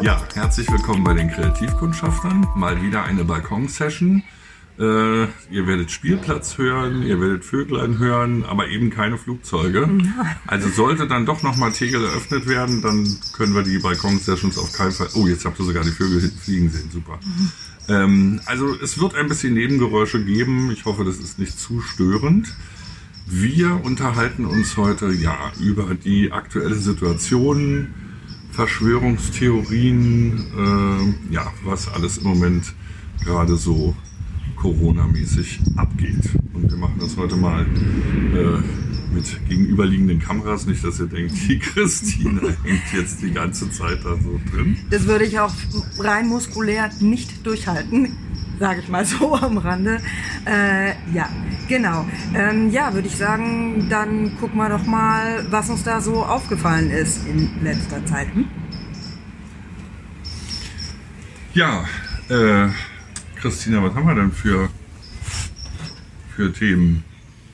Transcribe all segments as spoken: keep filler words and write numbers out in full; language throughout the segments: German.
Ja, herzlich willkommen bei den Kreativkundschaftern. Mal wieder eine Balkon-Session. Äh, ihr werdet Spielplatz hören, ihr werdet Vöglein hören, aber eben keine Flugzeuge. Also sollte dann doch nochmal Tegel eröffnet werden, dann können wir die Balkon-Sessions auf keinen Fall... Oh, jetzt habt ihr sogar die Vögel hinten fliegen sehen, super. Mhm. Ähm, also es wird ein bisschen Nebengeräusche geben. Ich hoffe, das ist nicht zu störend. Wir unterhalten uns heute ja über die aktuelle Situation, Verschwörungstheorien, äh, ja, was alles im Moment gerade so Corona-mäßig abgeht. Und wir machen das heute mal äh, mit gegenüberliegenden Kameras. Nicht, dass ihr denkt, die Christine hängt jetzt die ganze Zeit da so drin. Das würde ich auch rein muskulär nicht durchhalten, sage ich mal so am Rande. Äh, ja, genau. Ähm, ja, würde ich sagen, dann gucken wir doch mal, was uns da so aufgefallen ist in letzter Zeit. Hm? Ja, äh, Christina, was haben wir denn für, für Themen?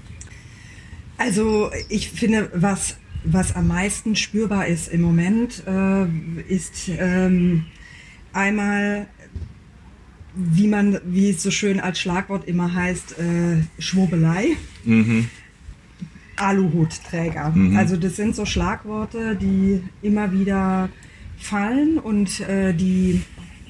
Also ich finde, was, was am meisten spürbar ist im Moment, äh, ist ähm, einmal, wie man, wie es so schön als Schlagwort immer heißt, äh, Schwurbelei. Mhm. Aluhutträger. Mhm. Also das sind so Schlagworte, die immer wieder fallen und äh, die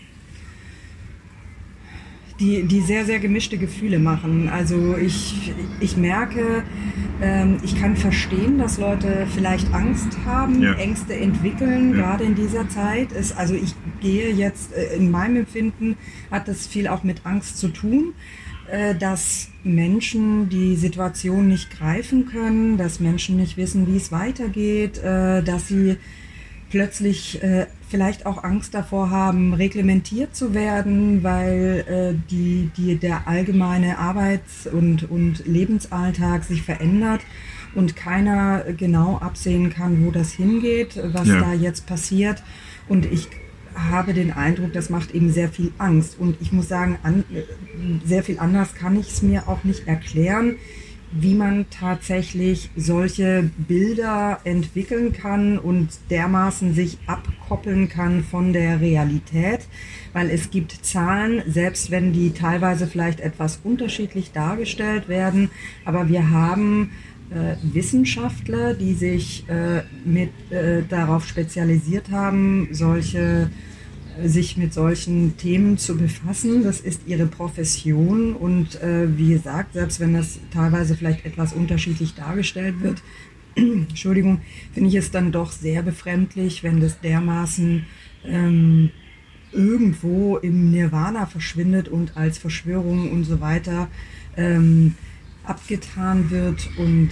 Die, die sehr, sehr gemischte Gefühle machen. Also ich, ich merke, ähm, ich kann verstehen, dass Leute vielleicht Angst haben, ja. Ängste entwickeln, ja. Gerade in dieser Zeit. Es, also ich gehe jetzt, äh, in meinem Empfinden hat das viel auch mit Angst zu tun, äh, dass Menschen die Situation nicht greifen können, dass Menschen nicht wissen, wie es weitergeht, äh, dass sie plötzlich äh, vielleicht auch Angst davor haben, reglementiert zu werden, weil äh, die, die, der allgemeine Arbeits- und, und Lebensalltag sich verändert und keiner genau absehen kann, wo das hingeht, was ja. da jetzt passiert. Und ich habe den Eindruck, das macht eben sehr viel Angst. Und ich muss sagen, an, sehr viel anders kann ich es mir auch nicht erklären, wie man tatsächlich solche Bilder entwickeln kann und dermaßen sich abkoppeln kann von der Realität, weil es gibt Zahlen, selbst wenn die teilweise vielleicht etwas unterschiedlich dargestellt werden, aber wir haben äh, Wissenschaftler, die sich äh, mit, äh, darauf spezialisiert haben, solche sich mit solchen Themen zu befassen. Das ist ihre Profession und äh, wie gesagt, selbst wenn das teilweise vielleicht etwas unterschiedlich dargestellt wird, Entschuldigung, finde ich es dann doch sehr befremdlich, wenn das dermaßen ähm, irgendwo im Nirvana verschwindet und als Verschwörung und so weiter ähm, abgetan wird und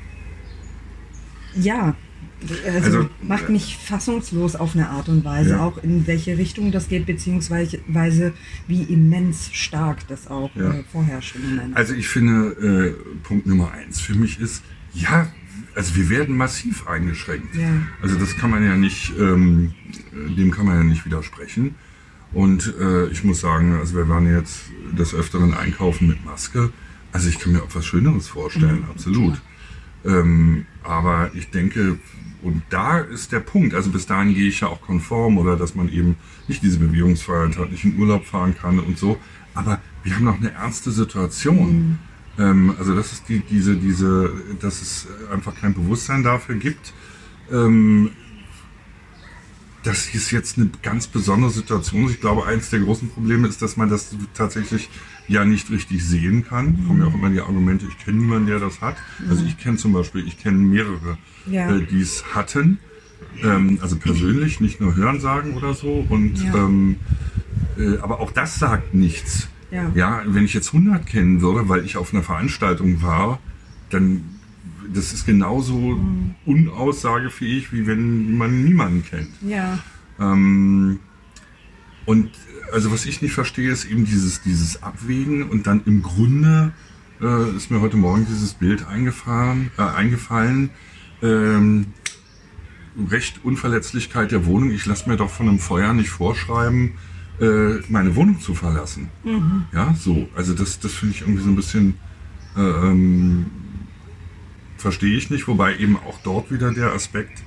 ja, Also, also macht mich fassungslos auf eine Art und Weise, ja. Auch in welche Richtung das geht, beziehungsweise wie immens stark das auch ja. äh, vorherrscht im Moment. Also ich finde, äh, Punkt Nummer eins für mich ist, ja, also wir werden massiv eingeschränkt. Ja. Also das kann man ja nicht, ähm, dem kann man ja nicht widersprechen. Und äh, ich muss sagen, also wir waren jetzt des Öfteren einkaufen mit Maske. Also ich kann mir auch was Schöneres vorstellen, mhm, absolut. Ähm, aber ich denke, und da ist der Punkt, also bis dahin gehe ich ja auch konform oder dass man eben nicht diese Bewegungsfreiheit hat, nicht in Urlaub fahren kann und so. Aber wir haben noch eine ernste Situation. Mhm. Ähm, also das ist die, diese, diese, dass es einfach kein Bewusstsein dafür gibt, ähm, das ist jetzt eine ganz besondere Situation. Ich glaube, eines der großen Probleme ist, dass man das tatsächlich ja nicht richtig sehen kann. Mhm. Kommen ja auch immer die Argumente, ich kenne niemanden, der das hat. Mhm. Also ich kenne zum Beispiel, ich kenne mehrere, ja. äh, die es hatten. Ähm, also persönlich, nicht nur Hörensagen oder so. Und, ja. ähm, äh, aber auch das sagt nichts. Ja. Ja, wenn ich jetzt hundert kennen würde, weil ich auf einer Veranstaltung war, dann das ist genauso mhm. unaussagefähig, wie wenn man niemanden kennt. Ja. Ähm, und also was ich nicht verstehe, ist eben dieses, dieses Abwägen und dann im Grunde äh, ist mir heute Morgen dieses Bild eingefahren, äh, eingefallen, ähm, Recht Unverletzlichkeit der Wohnung. Ich lasse mir doch von einem Feuer nicht vorschreiben, äh, meine Wohnung zu verlassen. Mhm. Ja, so. Also das, das finde ich irgendwie so ein bisschen äh, ähm, verstehe ich nicht, wobei eben auch dort wieder der Aspekt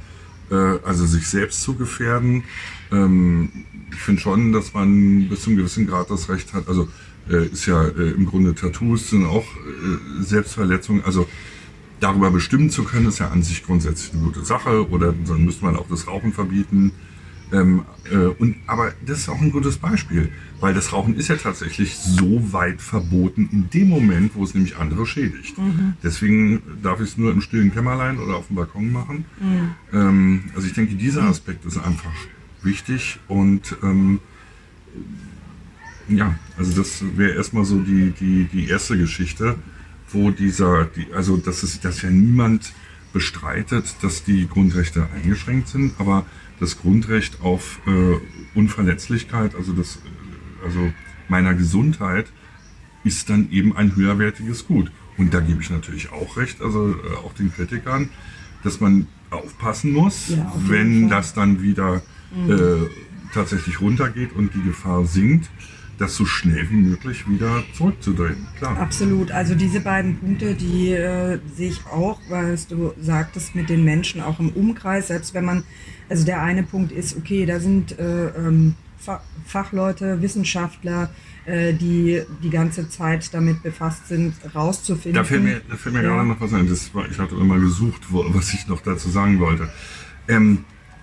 äh, also sich selbst zu gefährden. Ähm, ich finde schon, dass man bis zu einem gewissen Grad das Recht hat, also äh, ist ja äh, im Grunde Tattoos sind auch äh, Selbstverletzungen, also darüber bestimmen zu können, ist ja an sich grundsätzlich eine gute Sache, oder dann müsste man auch das Rauchen verbieten. Ähm, äh, und, aber das ist auch ein gutes Beispiel, weil das Rauchen ist ja tatsächlich so weit verboten in dem Moment, wo es nämlich andere schädigt. Mhm. Deswegen darf ich es nur im stillen Kämmerlein oder auf dem Balkon machen. Mhm. Ähm, also ich denke, dieser Aspekt ist einfach wichtig und ähm, ja, also das wäre erstmal so die, die, die erste Geschichte, wo dieser, die, also dass es, dass ja niemand bestreitet, dass die Grundrechte eingeschränkt sind, aber das Grundrecht auf äh, Unverletzlichkeit, also das, also meiner Gesundheit, ist dann eben ein höherwertiges Gut. Und da gebe ich natürlich auch recht, also äh, auch den Kritikern, dass man aufpassen muss, ja, wenn das dann wieder mhm. äh, tatsächlich runtergeht und die Gefahr sinkt, das so schnell wie möglich wieder zurückzudrehen. Klar. Absolut. Also diese beiden Punkte, die äh, sehe ich auch, weil du sagtest, mit den Menschen auch im Umkreis, selbst wenn man, also der eine Punkt ist, okay, da sind äh, ähm, Fachleute, Wissenschaftler, äh, die die ganze Zeit damit befasst sind, rauszufinden. Da fällt mir, da fällt mir ja. gerade noch was ein. Das war, ich hatte immer gesucht, wo, was ich noch dazu sagen wollte. Ähm,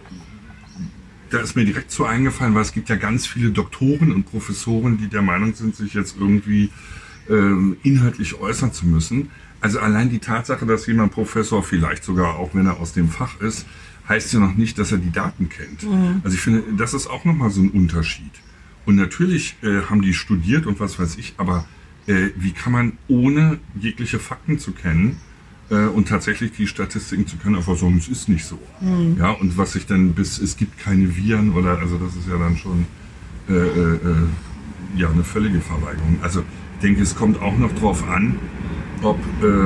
Da ist mir direkt so eingefallen, weil es gibt ja ganz viele Doktoren und Professoren, die der Meinung sind, sich jetzt irgendwie ähm, inhaltlich äußern zu müssen. Also allein die Tatsache, dass jemand Professor, vielleicht sogar auch wenn er aus dem Fach ist, heißt ja noch nicht, dass er die Daten kennt. Mhm. Also ich finde, das ist auch nochmal so ein Unterschied. Und natürlich äh, haben die studiert und was weiß ich, aber äh, wie kann man ohne jegliche Fakten zu kennen, und tatsächlich die Statistiken zu können, einfach sagen, es ist nicht so. Mhm. Ja, und was sich dann bis, es gibt keine Viren oder, also das ist ja dann schon äh, äh, ja, eine völlige Verweigerung. Also ich denke, es kommt auch noch drauf an, ob,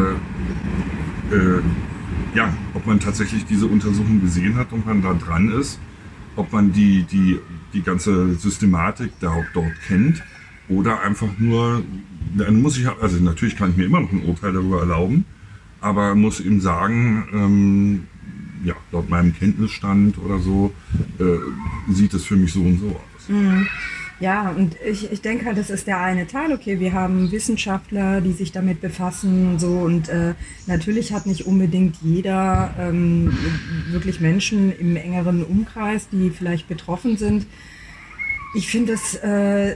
äh, äh, ja, ob man tatsächlich diese Untersuchung gesehen hat und man da dran ist, ob man die, die, die ganze Systematik da auch dort kennt oder einfach nur, dann muss ich, also natürlich kann ich mir immer noch ein Urteil darüber erlauben, aber muss ihm sagen, ähm, ja, laut meinem Kenntnisstand oder so, äh, sieht es für mich so und so aus. Mhm. Ja, und ich, ich denke halt, das ist der eine Teil. Okay, wir haben Wissenschaftler, die sich damit befassen und so, und äh, natürlich hat nicht unbedingt jeder ähm, wirklich Menschen im engeren Umkreis, die vielleicht betroffen sind. Ich finde es äh,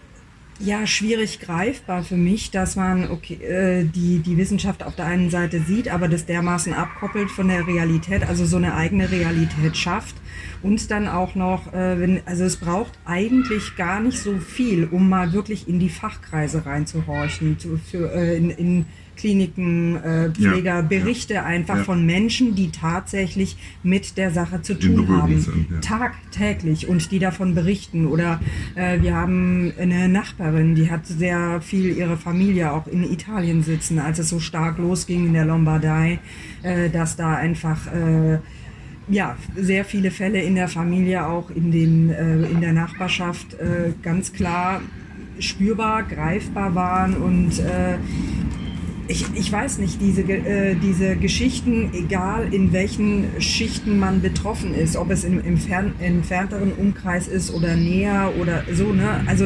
ja schwierig greifbar für mich, dass man okay, äh, die, die Wissenschaft auf der einen Seite sieht, aber das dermaßen abkoppelt von der Realität, also so eine eigene Realität schafft. Und dann auch noch, äh, wenn, also es braucht eigentlich gar nicht so viel, um mal wirklich in die Fachkreise reinzuhorchen, zu, für, äh, in, in Kliniken, äh, Pfleger, ja, Berichte ja, einfach ja. von Menschen, die tatsächlich mit der Sache zu tun haben, sind, ja. tagtäglich, und die davon berichten. Oder äh, wir haben eine Nachbarin, die hat sehr viel ihre Familie auch in Italien sitzen, als es so stark losging in der Lombardei, äh, dass da einfach äh, ja, sehr viele Fälle in der Familie, auch in, den, äh, in der Nachbarschaft äh, ganz klar spürbar, greifbar waren. Und äh, ich, ich weiß nicht, diese, äh, diese Geschichten, egal in welchen Schichten man betroffen ist, ob es im, im fern, entfernteren Umkreis ist oder näher oder so, ne? Also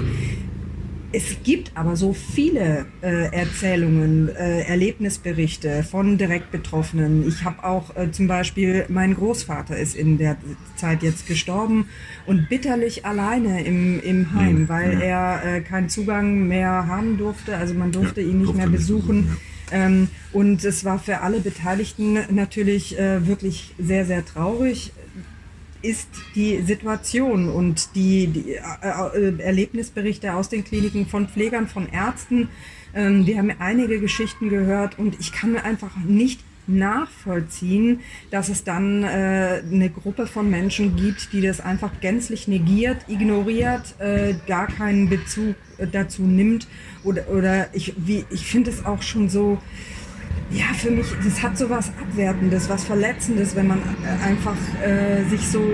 es gibt aber so viele äh, Erzählungen, äh, Erlebnisberichte von direkt Betroffenen. Ich habe auch äh, zum Beispiel, mein Großvater ist in der Zeit jetzt gestorben und bitterlich alleine im, im Heim, mhm. weil ja. er äh, keinen Zugang mehr haben durfte. Also man durfte ja, ihn nicht durfte mehr besuchen. Nicht besuchen ja. ähm, und es war für alle Beteiligten natürlich äh, wirklich sehr, sehr traurig. Ist die Situation und die, die äh, Erlebnisberichte aus den Kliniken von Pflegern, von Ärzten. Ähm, wir haben einige Geschichten gehört und ich kann mir einfach nicht nachvollziehen, dass es dann äh, eine Gruppe von Menschen gibt, die das einfach gänzlich negiert, ignoriert, äh, gar keinen Bezug dazu nimmt. Oder, oder ich, wie, ich finde es auch schon so, ja, für mich, das hat so was Abwertendes, was Verletzendes, wenn man einfach äh, sich so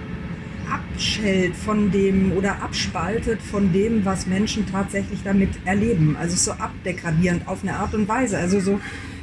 abschält von dem oder abspaltet von dem, was Menschen tatsächlich damit erleben. Also so abdegradierend auf eine Art und Weise. Also so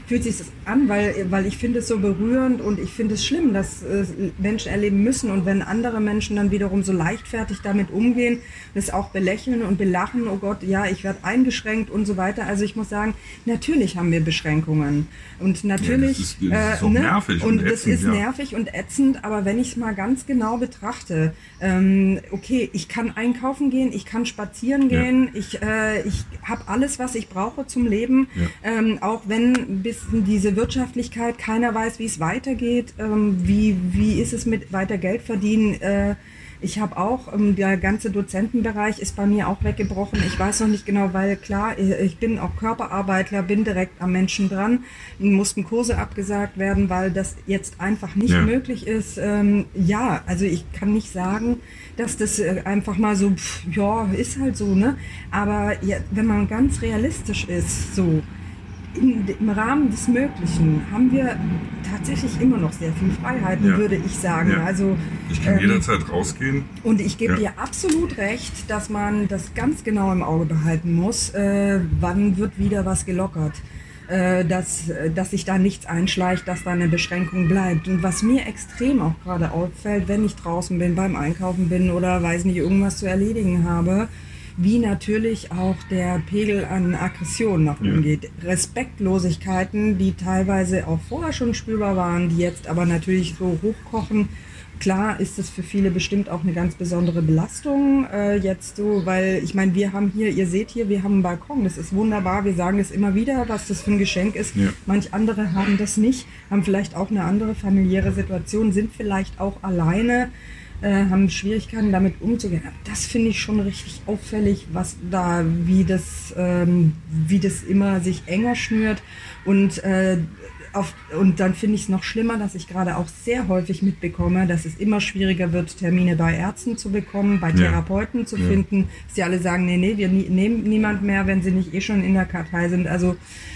fühlt sich das an, weil, weil ich finde es so berührend und ich finde es schlimm, dass äh, Menschen erleben müssen und wenn andere Menschen dann wiederum so leichtfertig damit umgehen, das auch belächeln und belachen, oh Gott, ja, ich werde eingeschränkt und so weiter. Also ich muss sagen, natürlich haben wir Beschränkungen und natürlich... Ja, das ist, das ist auch äh, ne? nervig und, und das ätzend, ist ja. nervig und ätzend, aber wenn ich es mal ganz genau betrachte, ähm, okay, ich kann einkaufen gehen, ich kann spazieren gehen, ja. ich, äh, ich habe alles, was ich brauche zum Leben, ja. ähm, auch wenn bis diese Wirtschaftlichkeit, keiner weiß, wie es weitergeht, ähm, wie, wie ist es mit weiter Geld verdienen. Äh, ich habe auch, ähm, der ganze Dozentenbereich ist bei mir auch weggebrochen. Ich weiß noch nicht genau, weil klar, ich bin auch Körperarbeitler, bin direkt am Menschen dran, mussten Kurse abgesagt werden, weil das jetzt einfach nicht ja. möglich ist. Ähm, ja, also ich kann nicht sagen, dass das einfach mal so, pff, ja, ist halt so, ne? Aber ja, wenn man ganz realistisch ist, so, In, im Rahmen des Möglichen haben wir tatsächlich immer noch sehr viel Freiheiten, ja. würde ich sagen. Ja. Also, ich kann ähm, jederzeit rausgehen. Und ich gebe ja. dir absolut recht, dass man das ganz genau im Auge behalten muss. Äh, wann wird wieder was gelockert? Äh, dass, dass sich da nichts einschleicht, dass da eine Beschränkung bleibt. Und was mir extrem auch gerade auffällt, wenn ich draußen bin, beim Einkaufen bin oder weiß nicht, irgendwas zu erledigen habe, wie natürlich auch der Pegel an Aggression nach oben geht. Ja. Respektlosigkeiten, die teilweise auch vorher schon spürbar waren, die jetzt aber natürlich so hochkochen. Klar ist es für viele bestimmt auch eine ganz besondere Belastung äh, jetzt so, weil ich meine, wir haben hier, ihr seht hier, wir haben einen Balkon, das ist wunderbar, wir sagen es immer wieder, was das für ein Geschenk ist. Ja. Manch andere haben das nicht, haben vielleicht auch eine andere familiäre Situation, sind vielleicht auch alleine, Äh, haben Schwierigkeiten damit umzugehen. Aber das finde ich schon richtig auffällig, was da, wie das, ähm, wie das immer sich enger schnürt und äh, auf, und dann finde ich es noch schlimmer, dass ich gerade auch sehr häufig mitbekomme, dass es immer schwieriger wird, Termine bei Ärzten zu bekommen, bei Therapeuten ja. zu ja. finden, dass sie alle sagen, nee, nee, wir nie, nehmen niemand mehr, wenn sie nicht eh schon in der Kartei sind. Also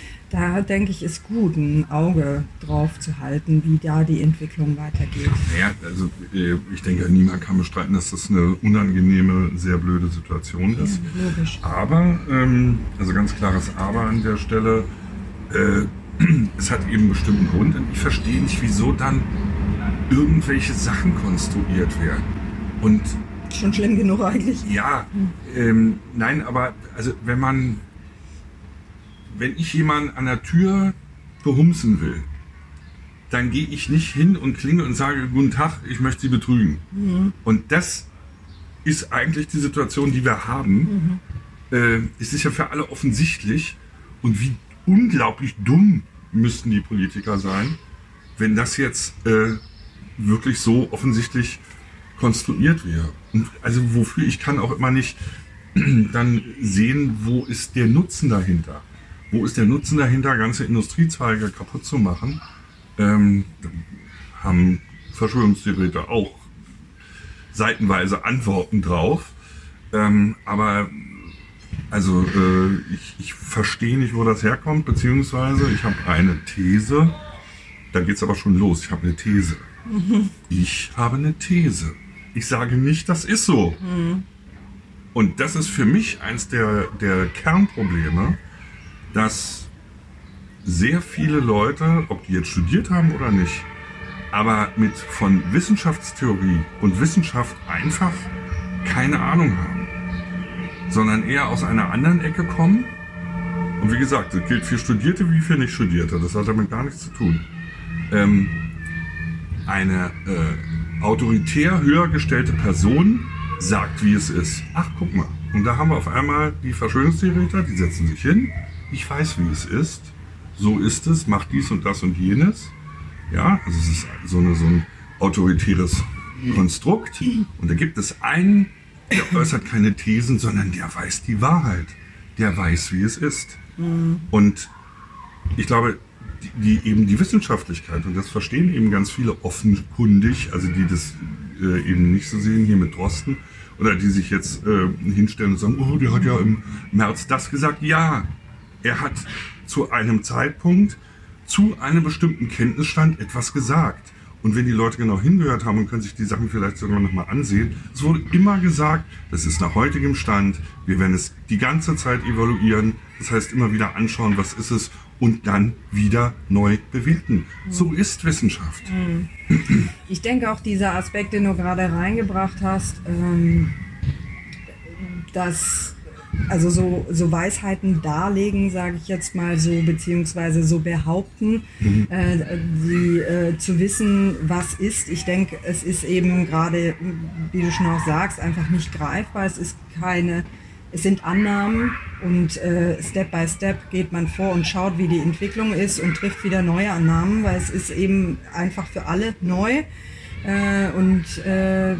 da denke ich, ist gut, ein Auge drauf zu halten, wie da die Entwicklung weitergeht. Ja, also ich denke, niemand kann bestreiten, dass das eine unangenehme, sehr blöde Situation ist. Ja, logisch. Aber, ähm, also ganz klares Aber an der Stelle, äh, es hat eben einen bestimmten Grund. Und ich verstehe nicht, wieso dann irgendwelche Sachen konstruiert werden. Und schon schlimm genug eigentlich. Ja, ähm, nein, aber also wenn man Wenn ich jemanden an der Tür behumsen will, dann gehe ich nicht hin und klinge und sage, guten Tag, ich möchte Sie betrügen. Mhm. Und das ist eigentlich die Situation, die wir haben. Mhm. Äh, es ist ja für alle offensichtlich. Und wie unglaublich dumm müssten die Politiker sein, wenn das jetzt äh, wirklich so offensichtlich konstruiert wäre. Und also wofür ich kann auch immer nicht dann sehen, wo ist der Nutzen dahinter. Wo ist der Nutzen dahinter, ganze Industriezweige kaputt zu machen? Ähm, haben Verschwörungstheoretiker auch seitenweise Antworten drauf. Ähm, aber also äh, ich, ich verstehe nicht, wo das herkommt, beziehungsweise ich habe eine These. Da geht es aber schon los. Ich habe eine These. Mhm. Ich habe eine These. Ich sage nicht, das ist so. Mhm. Und das ist für mich eins der, der Kernprobleme, dass sehr viele Leute, ob die jetzt studiert haben oder nicht, aber mit von Wissenschaftstheorie und Wissenschaft einfach keine Ahnung haben, sondern eher aus einer anderen Ecke kommen. Und wie gesagt, das gilt für Studierte wie für Nicht-Studierte, das hat damit gar nichts zu tun. Ähm, eine äh, autoritär höher gestellte Person sagt, wie es ist. Ach, guck mal. Und da haben wir auf einmal die Verschwörungstheoretiker, die setzen sich hin. Ich weiß, wie es ist. So ist es. Mach dies und das und jenes. Ja, also es ist so, eine, so ein autoritäres Konstrukt. Und da gibt es einen, der äußert keine Thesen, sondern der weiß die Wahrheit. Der weiß, wie es ist. Mhm. Und ich glaube, die, die eben die Wissenschaftlichkeit, und das verstehen eben ganz viele offenkundig, also die das äh, eben nicht so sehen, hier mit Drosten, oder die sich jetzt äh, hinstellen und sagen, oh, der hat ja im März das gesagt. Ja, er hat zu einem Zeitpunkt, zu einem bestimmten Kenntnisstand etwas gesagt. Und wenn die Leute genau hingehört haben und können sich die Sachen vielleicht sogar nochmal ansehen, es wurde immer gesagt, das ist nach heutigem Stand, wir werden es die ganze Zeit evaluieren, das heißt immer wieder anschauen, was ist es und dann wieder neu bewerten. Mhm. So ist Wissenschaft. Mhm. Ich denke auch dieser Aspekt, den du gerade reingebracht hast, ähm, dass also so, so Weisheiten darlegen, sage ich jetzt mal so, beziehungsweise so behaupten, mhm. äh, die, äh, zu wissen, was ist. Ich denke, es ist eben gerade, wie du schon auch sagst, einfach nicht greifbar. Es ist keine, es sind Annahmen und äh, Step by Step geht man vor und schaut, wie die Entwicklung ist und trifft wieder neue Annahmen, weil es ist eben einfach für alle neu äh, und äh,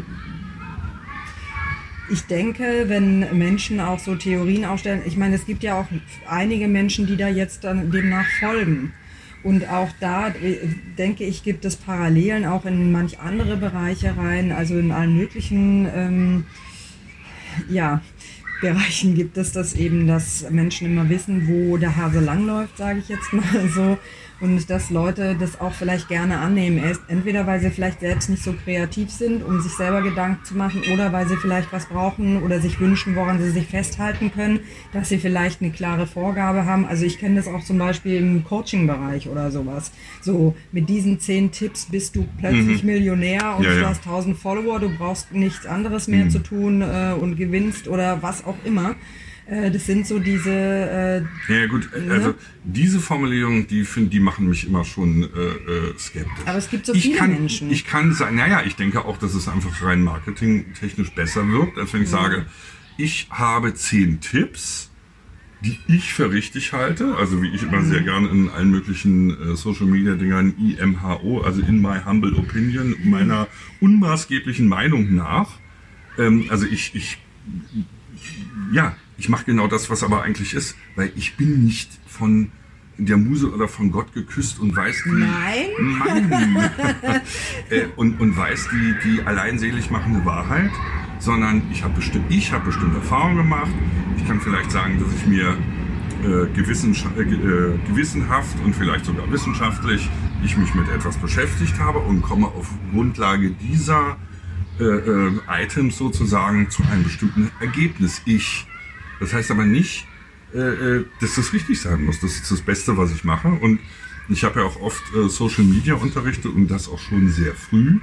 ich denke, wenn Menschen auch so Theorien aufstellen, ich meine, es gibt ja auch einige Menschen, die da jetzt dann demnach folgen. Und auch da, denke ich, gibt es Parallelen auch in manch andere Bereiche rein, also in allen möglichen ähm, ja, Bereichen gibt es das eben, dass Menschen immer wissen, wo der Hase langläuft, sage ich jetzt mal so. Und dass Leute das auch vielleicht gerne annehmen. Entweder weil sie vielleicht selbst nicht so kreativ sind, um sich selber Gedanken zu machen, oder weil sie vielleicht was brauchen oder sich wünschen, woran sie sich festhalten können, dass sie vielleicht eine klare Vorgabe haben. Also ich kenne das auch zum Beispiel im Coaching-Bereich oder sowas. So, mit diesen zehn Tipps bist du plötzlich mhm. Millionär und ja, du ja. hast tausend Follower, du brauchst nichts anderes mehr mhm. zu tun äh, und gewinnst oder was auch immer. Das sind so diese... Äh, ja gut, also ne? diese Formulierungen, die, find, die machen mich immer schon äh, skeptisch. Aber es gibt so ich viele kann, Menschen. Ich kann sagen, naja, ich denke auch, dass es einfach rein marketingtechnisch besser wirkt, als wenn ich ja. sage, ich habe zehn Tipps, die ich für richtig halte, also wie ich immer mhm. sehr gerne in allen möglichen äh, Social-Media-Dingern I M H O, also in my humble opinion, mhm. meiner unmaßgeblichen Meinung nach. Ähm, also ich, ich ja, ich mache genau das, was aber eigentlich ist, weil ich bin nicht von der Muse oder von Gott geküsst und weiß die... Nein! Mann, äh, und, und weiß die, die alleinselig machende Wahrheit, sondern ich habe bestimmt, ich habe bestimmte Erfahrungen gemacht. Ich kann vielleicht sagen, dass ich mir äh, gewissen, äh, gewissenhaft und vielleicht sogar wissenschaftlich ich mich mit etwas beschäftigt habe und komme auf Grundlage dieser äh, äh, Items sozusagen zu einem bestimmten Ergebnis. Ich. Das heißt aber nicht, äh, dass das richtig sein muss. Das ist das Beste, was ich mache. Und ich habe ja auch oft äh, Social Media unterrichtet und das auch schon sehr früh.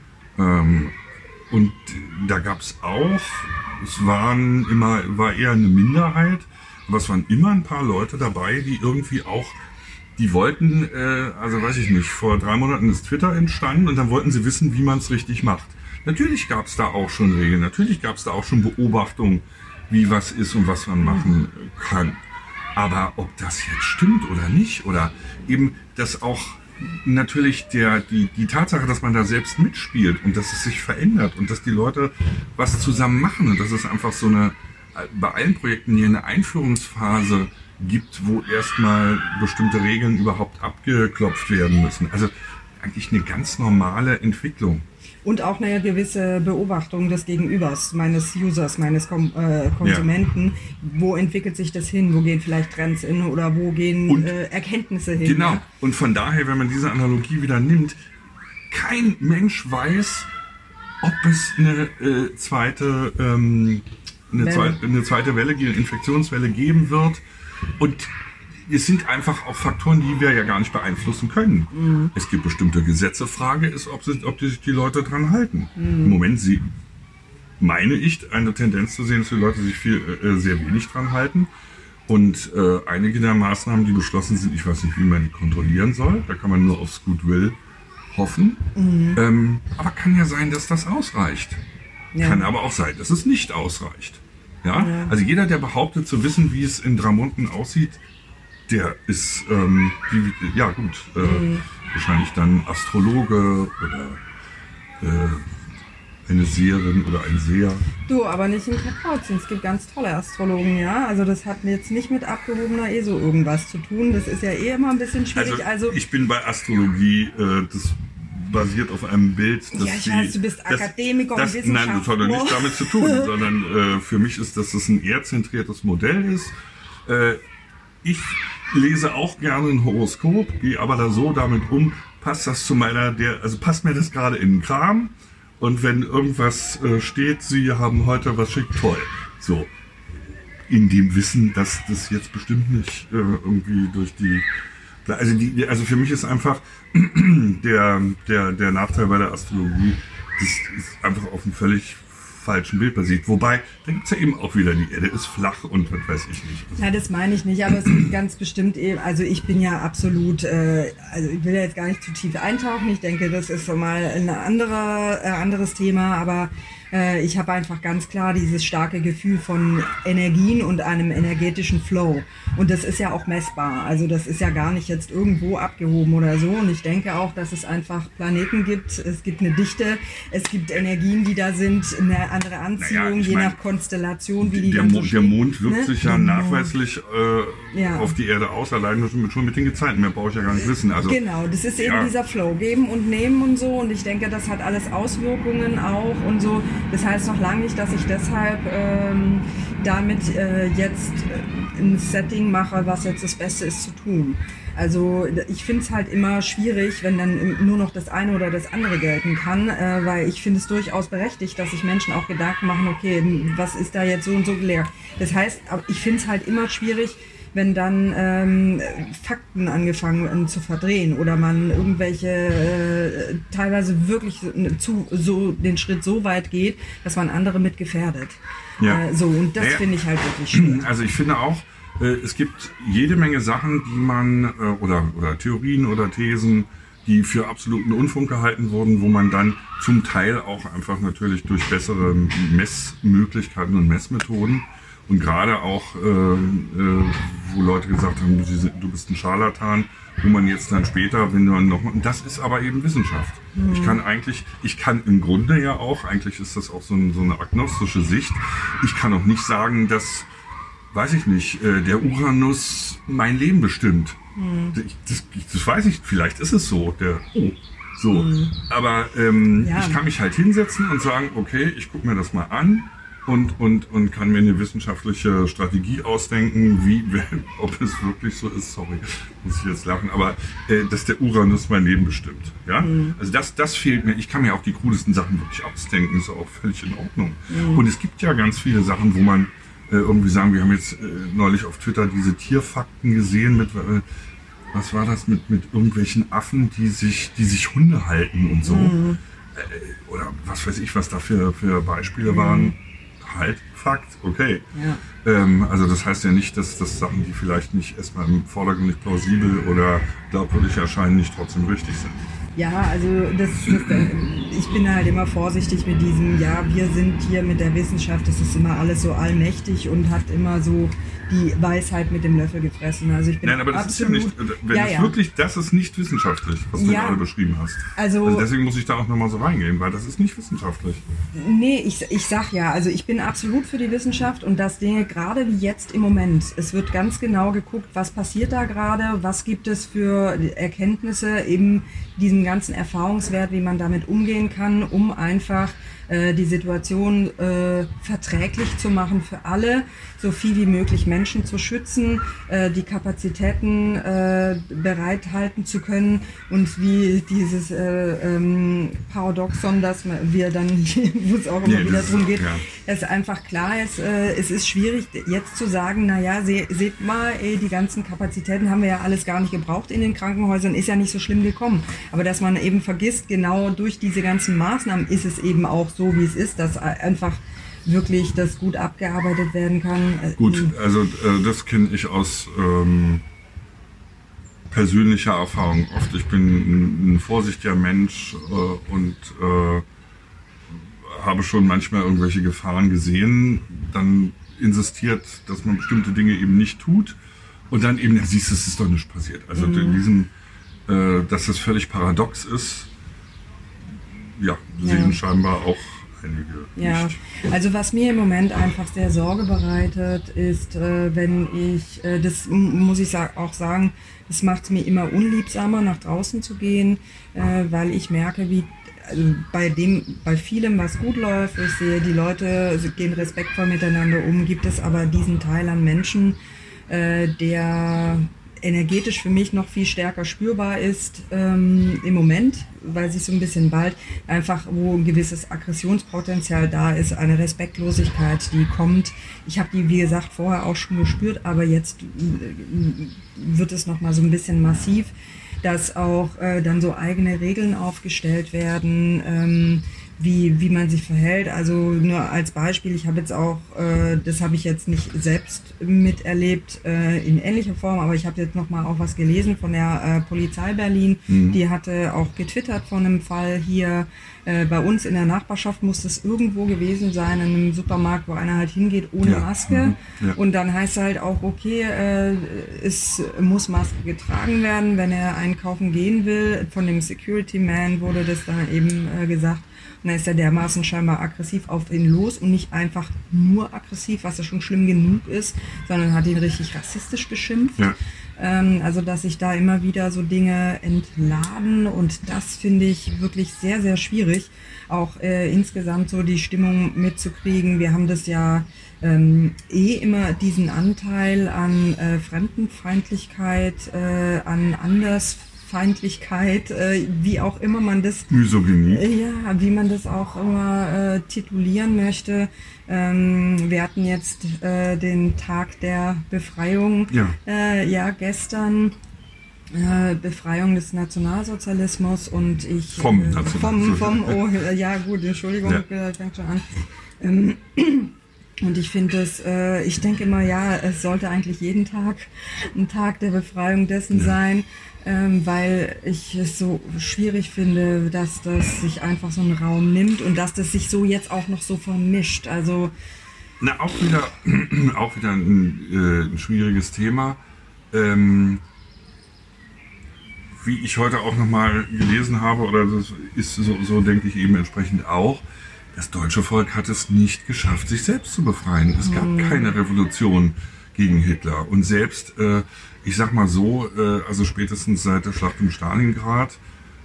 Ähm, und da gab es auch, es waren immer, war eher eine Minderheit, aber es waren immer ein paar Leute dabei, die irgendwie auch, die wollten, äh, also weiß ich nicht, vor drei Monaten ist Twitter entstanden und dann wollten sie wissen, wie man es richtig macht. Natürlich gab es da auch schon Regeln, natürlich gab es da auch schon Beobachtungen, wie was ist und was man machen kann. Aber ob das jetzt stimmt oder nicht, oder eben, dass auch natürlich der, die, die Tatsache, dass man da selbst mitspielt und dass es sich verändert und dass die Leute was zusammen machen und dass es einfach so eine, bei allen Projekten hier eine Einführungsphase gibt, wo erstmal bestimmte Regeln überhaupt abgeklopft werden müssen. Also eigentlich eine ganz normale Entwicklung. Und auch eine gewisse Beobachtung des Gegenübers, meines Users, meines Kom- äh, Konsumenten. Ja. Wo entwickelt sich das hin? Wo gehen vielleicht Trends hin oder wo gehen äh, Erkenntnisse hin? Genau. Ja? Und von daher, wenn man diese Analogie wieder nimmt, kein Mensch weiß, ob es eine äh, zweite, ähm, eine, zweite, eine zweite Welle, eine Infektionswelle geben wird. Und es sind einfach auch Faktoren, die wir ja gar nicht beeinflussen können. Mhm. Es gibt bestimmte Gesetze. Frage ist, ob, sie, ob die sich die Leute dran halten. Mhm. Im Moment sie, meine ich, eine Tendenz zu sehen, dass die Leute sich viel, äh, sehr wenig dran halten. Und äh, einige der Maßnahmen, die beschlossen sind, ich weiß nicht, wie man die kontrollieren soll. Da kann man nur aufs Goodwill hoffen. Mhm. Ähm, aber kann ja sein, dass das ausreicht. Ja. Kann aber auch sein, dass es nicht ausreicht. Ja? Ja. Also jeder, der behauptet zu wissen, wie es in Dramonten aussieht, der ist, ähm, die, ja gut, äh, mhm. wahrscheinlich dann Astrologe oder äh, eine Seherin oder ein Seher. Du, aber nicht im Kakaozen. Es gibt ganz tolle Astrologen, ja. Also das hat jetzt nicht mit abgehobener E S O irgendwas zu tun. Das ist ja eh immer ein bisschen schwierig. Also, also ich bin bei Astrologie, äh, das basiert auf einem Bild, dass ja, ich weiß, du bist das, Akademiker das, und Wissenschaftler. Nein, das hat doch nichts damit zu tun, sondern äh, für mich ist, dass das ein erdzentriertes Modell ist. Äh, ich lese auch gerne ein Horoskop, gehe aber da so damit um, passt das zu meiner, der, also passt mir das gerade in den Kram und wenn irgendwas äh, steht, Sie haben heute was schickt, toll. So. in dem Wissen, dass das jetzt bestimmt nicht äh, irgendwie durch die... Also, die, also für mich ist einfach der, der, der Nachteil bei der Astrologie, das ist einfach auf einem völlig falschen Bild basiert. Wobei, da gibt es ja eben auch wieder, die Erde ist flach und was weiß ich nicht. Ja, das meine ich nicht, aber es gibt ganz bestimmt eben, also ich bin ja absolut, äh, also ich will ja jetzt gar nicht zu tief eintauchen, ich denke, das ist so mal ein andere, äh, anderes Thema, aber äh, ich habe einfach ganz klar dieses starke Gefühl von Energien und einem energetischen Flow und das ist ja auch messbar, also das ist ja gar nicht jetzt irgendwo abgehoben oder so und ich denke auch, dass es einfach Planeten gibt, es gibt eine Dichte, es gibt Energien, die da sind, eine andere Anziehung, naja, je mein, nach Konstellation, wie die der, dann Mo- so der Mond wirkt ne? sich ja genau. nachweislich äh, ja. auf die Erde aus, allein schon mit, schon mit den Gezeiten, mehr brauche ich ja gar nicht wissen. Also, genau, das ist eben ja. dieser Flow, geben und nehmen und so und ich denke, das hat alles Auswirkungen auch und so. Das heißt noch lange nicht, dass ich deshalb ähm, damit äh, jetzt ein Setting mache, was jetzt das Beste ist zu tun. Also ich finde es halt immer schwierig, wenn dann nur noch das eine oder das andere gelten kann, äh, weil ich finde es durchaus berechtigt, dass sich Menschen auch Gedanken machen, okay, was ist da jetzt so und so gelehrt. Das heißt, ich finde es halt immer schwierig, wenn dann ähm, Fakten angefangen zu verdrehen oder man irgendwelche äh, teilweise wirklich zu, so den Schritt so weit geht, dass man andere mit gefährdet. Ja. Äh, so, und das naja. finde ich halt wirklich schwierig. Also ich finde auch, es gibt jede Menge Sachen, die man, oder, oder Theorien oder Thesen, die für absoluten Unfug gehalten wurden, wo man dann zum Teil auch einfach natürlich durch bessere Messmöglichkeiten und Messmethoden und gerade auch, äh, äh, wo Leute gesagt haben, du bist ein Scharlatan, wo man jetzt dann später, wenn du noch, und das ist aber eben Wissenschaft. Mhm. Ich kann eigentlich, ich kann im Grunde ja auch, eigentlich ist das auch so, ein, so eine agnostische Sicht, ich kann auch nicht sagen, dass weiß ich nicht, äh, der Uranus mein Leben bestimmt. Hm. Das, das weiß ich, vielleicht ist es so. Der, oh, so. Hm. Aber ähm, ja. ich kann mich halt hinsetzen und sagen, okay, ich gucke mir das mal an und, und, und kann mir eine wissenschaftliche Strategie ausdenken, wie, ob es wirklich so ist, sorry, muss ich jetzt lachen, aber äh, dass der Uranus mein Leben bestimmt. Ja? Hm. Also das, das fehlt mir. Ich kann mir auch die krudesten Sachen wirklich ausdenken, ist auch völlig in Ordnung. Hm. Und es gibt ja ganz viele Sachen, wo man irgendwie sagen, wir haben jetzt äh, neulich auf Twitter diese Tierfakten gesehen mit, äh, was war das, mit, mit irgendwelchen Affen, die sich, die sich Hunde halten und so. Mhm. Äh, oder was weiß ich, was da für, für Beispiele mhm. waren. Halt, Fakt, okay. Ja. Ähm, also das heißt ja nicht, dass das Sachen, die vielleicht nicht erstmal im Vordergrund nicht plausibel oder glaubwürdig erscheinen, nicht trotzdem richtig sind. Ja, also das, das, ich bin halt immer vorsichtig mit diesem, ja, wir sind hier mit der Wissenschaft, das ist immer alles so allmächtig und hat immer so die Weisheit mit dem Löffel gefressen. Also ich bin Nein, aber das absolut, ist ja nicht, wenn ja, es ja. wirklich, das ist nicht wissenschaftlich, was du ja. gerade beschrieben hast. Also, also deswegen muss ich da auch nochmal so reingehen, weil das ist nicht wissenschaftlich. Nee, ich, ich sag ja, also ich bin absolut für die Wissenschaft und das Dinge gerade wie jetzt im Moment. Es wird ganz genau geguckt, was passiert da gerade, was gibt es für Erkenntnisse, eben diesen ganzen Erfahrungswert, wie man damit umgehen kann, um einfach äh, die Situation äh, verträglich zu machen für alle, so viel wie möglich Menschen zu schützen, äh, die Kapazitäten äh, bereithalten zu können und wie dieses äh, ähm, Paradoxon, dass wir dann, wo es auch immer nee, wieder darum geht, ja. dass einfach klar ist, äh, es ist schwierig jetzt zu sagen, naja, se, seht mal, ey, die ganzen Kapazitäten haben wir ja alles gar nicht gebraucht in den Krankenhäusern, ist ja nicht so schlimm gekommen. Aber dass man eben vergisst, genau durch diese ganzen Maßnahmen ist es eben auch so, wie es ist, dass einfach wirklich das gut abgearbeitet werden kann. Gut, also äh, das kenne ich aus ähm, persönlicher Erfahrung oft. Ich bin ein, ein vorsichtiger Mensch äh, und äh, habe schon manchmal irgendwelche Gefahren gesehen, dann insistiert, dass man bestimmte Dinge eben nicht tut und dann eben, ja, siehst du, es ist doch nicht passiert. Also mhm. in diesem, äh, dass das völlig paradox ist, ja, sehen ja. scheinbar auch Ja, nicht. Also was mir im Moment einfach sehr Sorge bereitet, ist, äh, wenn ich, äh, das muss ich sa- auch sagen, das macht es mir immer unliebsamer, nach draußen zu gehen, äh, weil ich merke, wie also bei dem, bei vielem, was gut läuft, ich sehe, die Leute gehen respektvoll miteinander um, gibt es aber diesen Teil an Menschen, äh, der energetisch für mich noch viel stärker spürbar ist ähm, im Moment, weil sich so ein bisschen bald einfach, wo ein gewisses Aggressionspotenzial da ist, eine Respektlosigkeit, die kommt. Ich habe die, wie gesagt, vorher auch schon gespürt, aber jetzt äh, wird es nochmal so ein bisschen massiv, dass auch äh, dann so eigene Regeln aufgestellt werden, ähm, wie, wie man sich verhält. Also nur als Beispiel, ich habe jetzt auch, äh, das habe ich jetzt nicht selbst miterlebt äh, in ähnlicher Form, aber ich habe jetzt nochmal auch was gelesen von der äh, Polizei Berlin. Mhm. Die hatte auch getwittert von einem Fall hier äh, bei uns in der Nachbarschaft, muss es irgendwo gewesen sein, in einem Supermarkt, wo einer halt hingeht ohne ja. Maske. Mhm. Ja. Und dann heißt es halt auch, okay, äh, es muss Maske getragen werden, wenn er einkaufen gehen will. Von dem Security Man wurde das dann eben äh, gesagt. Und dann ist er dermaßen scheinbar aggressiv auf ihn los und nicht einfach nur aggressiv, was ja schon schlimm genug ist, sondern hat ihn richtig rassistisch beschimpft. Ja. Ähm, also dass sich da immer wieder so Dinge entladen und das finde ich wirklich sehr, sehr schwierig, auch äh, insgesamt so die Stimmung mitzukriegen. Wir haben das ja ähm, eh immer diesen Anteil an äh, Fremdenfeindlichkeit, äh, an Anders Feindlichkeit, äh, wie auch immer man das Misogynie. Äh, ja, wie man das auch immer äh, titulieren möchte. Ähm, wir hatten jetzt äh, den Tag der Befreiung, ja, äh, ja gestern äh, Befreiung des Nationalsozialismus und ich vom äh, Nationalsozialismus. Vom, vom, oh, ja gut, Entschuldigung, ja. fängt schon an. Ähm, Und ich finde es, äh, ich denke immer, ja, es sollte eigentlich jeden Tag ein Tag der Befreiung dessen ja. sein, ähm, weil ich es so schwierig finde, dass das sich einfach so einen Raum nimmt und dass das sich so jetzt auch noch so vermischt. Also Na, auch wieder, auch wieder ein, äh, ein schwieriges Thema. Ähm, wie ich heute auch nochmal gelesen habe, oder das ist so, so denke ich eben entsprechend auch, das deutsche Volk hat es nicht geschafft, sich selbst zu befreien. Es gab mhm. keine Revolution gegen Hitler. Und selbst, äh, ich sag mal so, äh, also spätestens seit der Schlacht um Stalingrad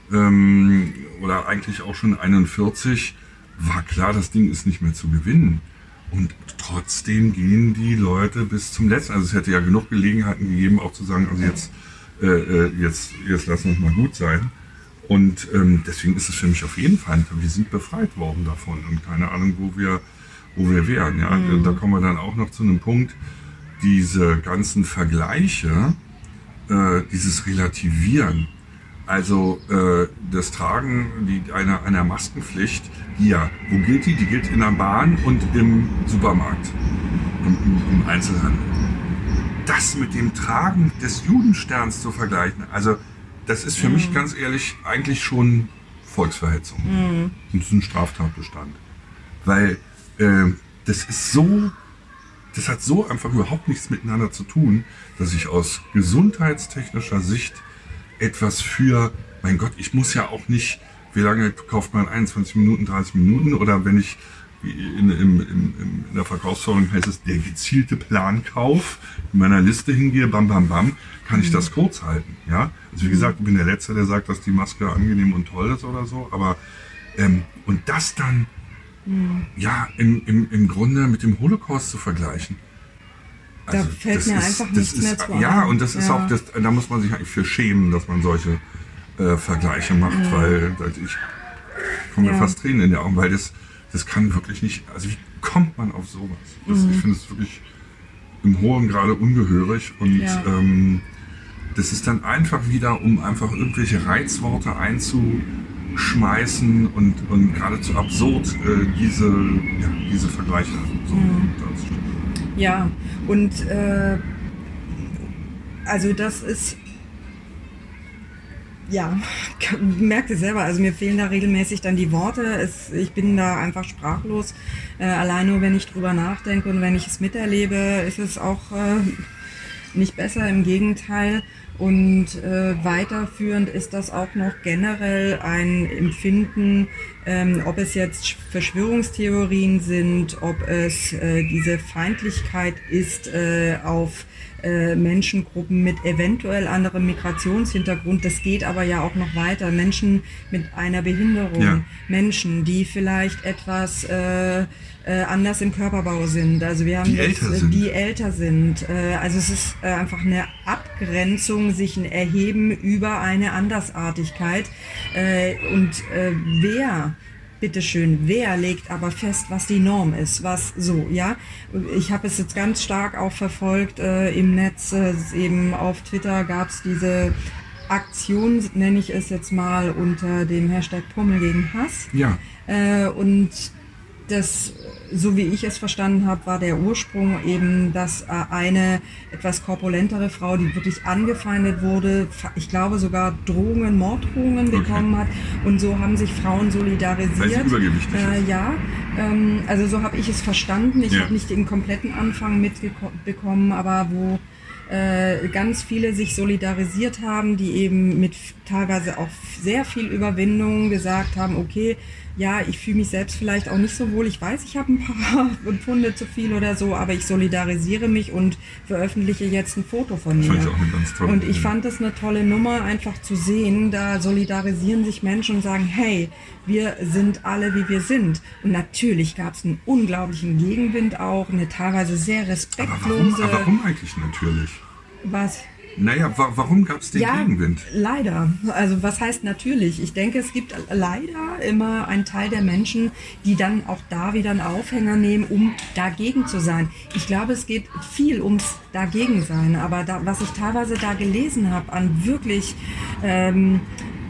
ähm, oder eigentlich auch schon einundvierzig, war klar, das Ding ist nicht mehr zu gewinnen. Und trotzdem gehen die Leute bis zum Letzten. Also es hätte ja genug Gelegenheiten gegeben, auch zu sagen, also jetzt, äh, jetzt, jetzt lassen wir es mal gut sein. Und ähm, deswegen ist es für mich auf jeden Fall, wir sind befreit worden davon und keine Ahnung, wo wir, wo wir wären. Ja? Mhm. Da kommen wir dann auch noch zu einem Punkt, diese ganzen Vergleiche, äh, dieses Relativieren, also äh, das Tragen die, einer, einer Maskenpflicht, ja, wo gilt die? Die gilt in der Bahn und im Supermarkt, im, im, im Einzelhandel. Das mit dem Tragen des Judensterns zu vergleichen, also das ist für mhm. mich ganz ehrlich eigentlich schon Volksverhetzung. Mhm. Das ist ein Straftatbestand. Weil äh, das ist so, das hat so einfach überhaupt nichts miteinander zu tun, dass ich aus gesundheitstechnischer Sicht etwas für, mein Gott, ich muss ja auch nicht, wie lange kauft man einundzwanzig Minuten, dreißig Minuten oder wenn ich wie in, in, in, in der Verkaufsverordnung heißt es, der gezielte Plankauf, in meiner Liste hingehe, bam, bam, bam, kann ich das kurz halten. Ja? Also wie gesagt, ich bin der Letzte, der sagt, dass die Maske angenehm und toll ist oder so, aber ähm, und das dann mhm. ja im, im, im Grunde mit dem Holocaust zu vergleichen. Also, da fällt mir ist, einfach nichts ist, mehr zu Ja, ein. und das ja. ist auch, das, da muss man sich eigentlich für schämen, dass man solche äh, Vergleiche macht, mhm. weil ich komme mir ja. fast Tränen in die Augen, weil das Das kann wirklich nicht, also wie kommt man auf sowas? Das, mhm. Ich finde es wirklich im hohen Grade ungehörig und ja. ähm, das ist dann einfach wieder, um einfach irgendwelche Reizworte einzuschmeißen und, und geradezu absurd äh, diese, ja, diese Vergleiche so mhm. darzustellen. Ja, und äh, also das ist ja, merkt es selber, also mir fehlen da regelmäßig dann die Worte, es, ich bin da einfach sprachlos, äh, allein nur wenn ich drüber nachdenke und wenn ich es miterlebe, ist es auch äh, nicht besser, im Gegenteil. Und äh, weiterführend ist das auch noch generell ein Empfinden, ähm, ob es jetzt Verschwörungstheorien sind, ob es äh, diese Feindlichkeit ist äh, auf äh, Menschengruppen mit eventuell anderem Migrationshintergrund. Das geht aber ja auch noch weiter. Menschen mit einer Behinderung, ja. Menschen, die vielleicht etwas äh, äh, anders im Körperbau sind. Also wir haben die, das, älter, äh, sind. die älter sind. Äh, also es ist äh, einfach eine Ab Abgrenzung sich ein Erheben über eine Andersartigkeit. Äh, und äh, wer, bitteschön, wer legt aber fest, was die Norm ist, was so, ja? Ich habe es jetzt ganz stark auch verfolgt äh, im Netz, äh, eben auf Twitter gab es diese Aktion, nenne ich es jetzt mal, unter dem Hashtag Pummel gegen Hass. Ja. Äh, und das, so wie ich es verstanden habe, war der Ursprung eben, dass eine etwas korpulentere Frau, die wirklich angefeindet wurde, ich glaube sogar Drohungen, Morddrohungen bekommen okay. hat. Und so haben sich Frauen solidarisiert. Weil sie übergewichtig äh, ist. Ja, ähm, also so habe ich es verstanden. Ich ja. habe nicht den kompletten Anfang mitbekommen, aber wo äh, ganz viele sich solidarisiert haben, die eben mit teilweise auch sehr viel Überwindung gesagt haben, okay, ja, ich fühle mich selbst vielleicht auch nicht so wohl. Ich weiß, ich habe ein paar Pfunde zu viel oder so, aber ich solidarisiere mich und veröffentliche jetzt ein Foto von mir. Das fand ich auch eine ganz tolle und ich fand das eine tolle Nummer, einfach zu sehen, da solidarisieren sich Menschen und sagen, hey, wir sind alle, wie wir sind. Und natürlich gab es einen unglaublichen Gegenwind auch, eine teilweise sehr respektlose... Aber warum, aber warum eigentlich natürlich? Was? Naja, wa- warum gab es den ja, Gegenwind? Leider. Also was heißt natürlich? Ich denke, es gibt leider immer einen Teil der Menschen, die dann auch da wieder einen Aufhänger nehmen, um dagegen zu sein. Ich glaube, es geht viel ums Dagegensein. Aber da, was ich teilweise da gelesen habe an wirklich ähm,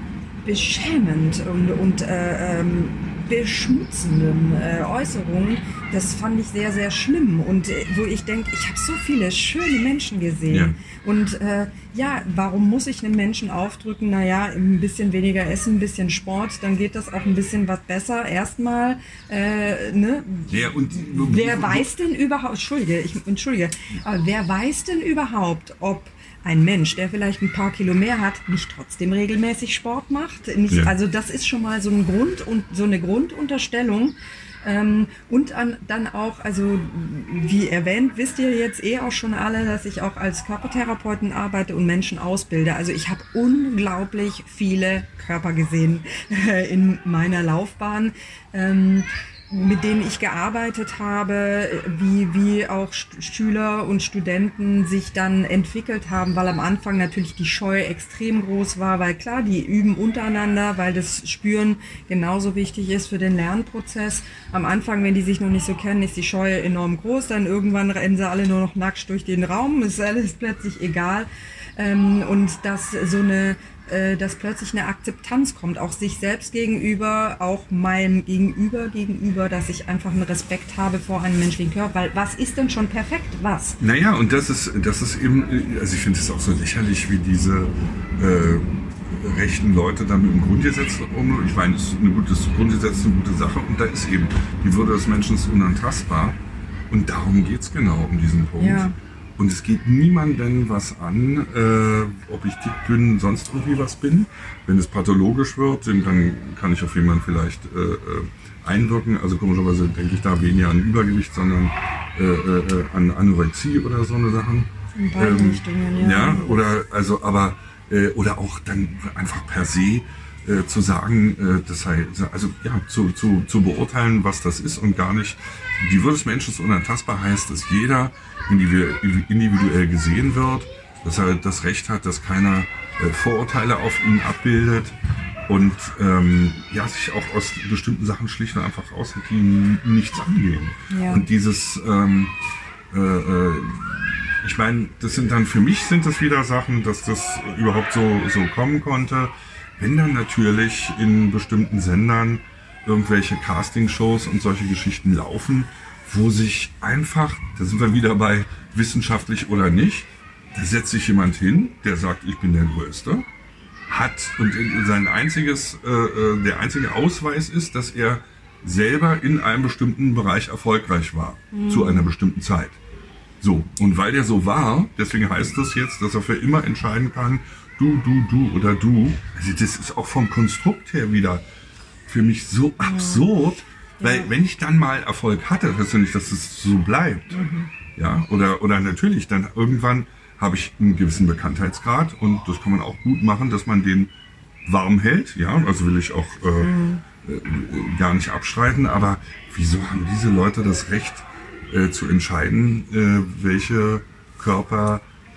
beschämend und, und äh, ähm, beschmutzenden äh, Äußerungen, das fand ich sehr, sehr schlimm. Und äh, wo ich denke, ich habe so viele schöne Menschen gesehen. Ja. Und äh, ja, warum muss ich einem Menschen aufdrücken, naja, ein bisschen weniger essen, ein bisschen Sport, dann geht das auch ein bisschen was besser. Erstmal, äh, ne? Ja, und, wer weiß denn überhaupt, Entschuldige, ich, Entschuldige, aber wer weiß denn überhaupt, ob ein Mensch, der vielleicht ein paar Kilo mehr hat, nicht trotzdem regelmäßig Sport macht? Nicht, ja. Also das ist schon mal so ein Grund und so eine Grundunterstellung. Ähm, und an, dann auch, also wie erwähnt, wisst ihr jetzt eh auch schon alle, dass ich auch als Körpertherapeuten arbeite und Menschen ausbilde. Also ich habe unglaublich viele Körper gesehen äh, in meiner Laufbahn. Ähm, mit denen ich gearbeitet habe, wie, wie auch Schüler und Studenten sich dann entwickelt haben, weil am Anfang natürlich die Scheu extrem groß war, weil klar, die üben untereinander, weil das Spüren genauso wichtig ist für den Lernprozess. Am Anfang, wenn die sich noch nicht so kennen, ist die Scheu enorm groß, dann irgendwann rennen sie alle nur noch nackt durch den Raum, ist alles plötzlich egal. Und dass so eine dass plötzlich eine Akzeptanz kommt, auch sich selbst gegenüber, auch meinem Gegenüber gegenüber, dass ich einfach einen Respekt habe vor einem menschlichen Körper, weil was ist denn schon perfekt, was? Naja, und das ist, das ist eben, also ich finde es auch so lächerlich, wie diese äh, rechten Leute dann mit dem Grundgesetz um, ich meine, das ein gutes Grundgesetz ist eine gute Sache und da ist eben, die Würde des Menschen ist unantastbar und darum geht es genau, um diesen Punkt. Ja. Und es geht niemandem was an, äh, ob ich dick, dünn, sonst irgendwie was bin. Wenn es pathologisch wird, dann kann ich auf jemanden vielleicht äh, einwirken. Also komischerweise denke ich da weniger an Übergewicht, sondern äh, äh, an Anorexie oder so eine Sachen. In beiden ähm, Richtungen, ja. Ja, oder, also, aber, äh, oder auch dann einfach per se äh, zu sagen, äh, das heißt, also ja, zu, zu, zu beurteilen, was das ist und gar nicht. Die Würde des Menschen ist unantastbar, heißt, dass jeder individuell gesehen wird, dass er das Recht hat, dass keiner äh, Vorurteile auf ihn abbildet und ähm, ja, sich auch aus bestimmten Sachen schlicht und einfach aushält, die ihm nichts angehen. Ja. Und dieses, ähm, äh, äh, ich meine, das sind dann für mich sind das wieder Sachen, dass das überhaupt so, so kommen konnte, wenn dann natürlich in bestimmten Sendern irgendwelche Castingshows und solche Geschichten laufen, wo sich einfach, da sind wir wieder bei wissenschaftlich oder nicht, da setzt sich jemand hin, der sagt, ich bin der Größte, hat und sein einziges, äh, der einzige Ausweis ist, dass er selber in einem bestimmten Bereich erfolgreich war, mhm. zu einer bestimmten Zeit. So, und weil der so war, deswegen heißt das jetzt, dass er für immer entscheiden kann, du, du, du oder du. Also das ist auch vom Konstrukt her wieder für mich so ja. absurd, weil ja. wenn ich dann mal Erfolg hatte, heißt ja nicht, dass es so bleibt. Mhm. Ja, oder, oder natürlich, dann irgendwann habe ich einen gewissen Bekanntheitsgrad und das kann man auch gut machen, dass man den warm hält. Ja, also will ich auch äh, mhm. äh, gar nicht abstreiten, aber wieso haben diese Leute das Recht äh, zu entscheiden, äh, welche Körper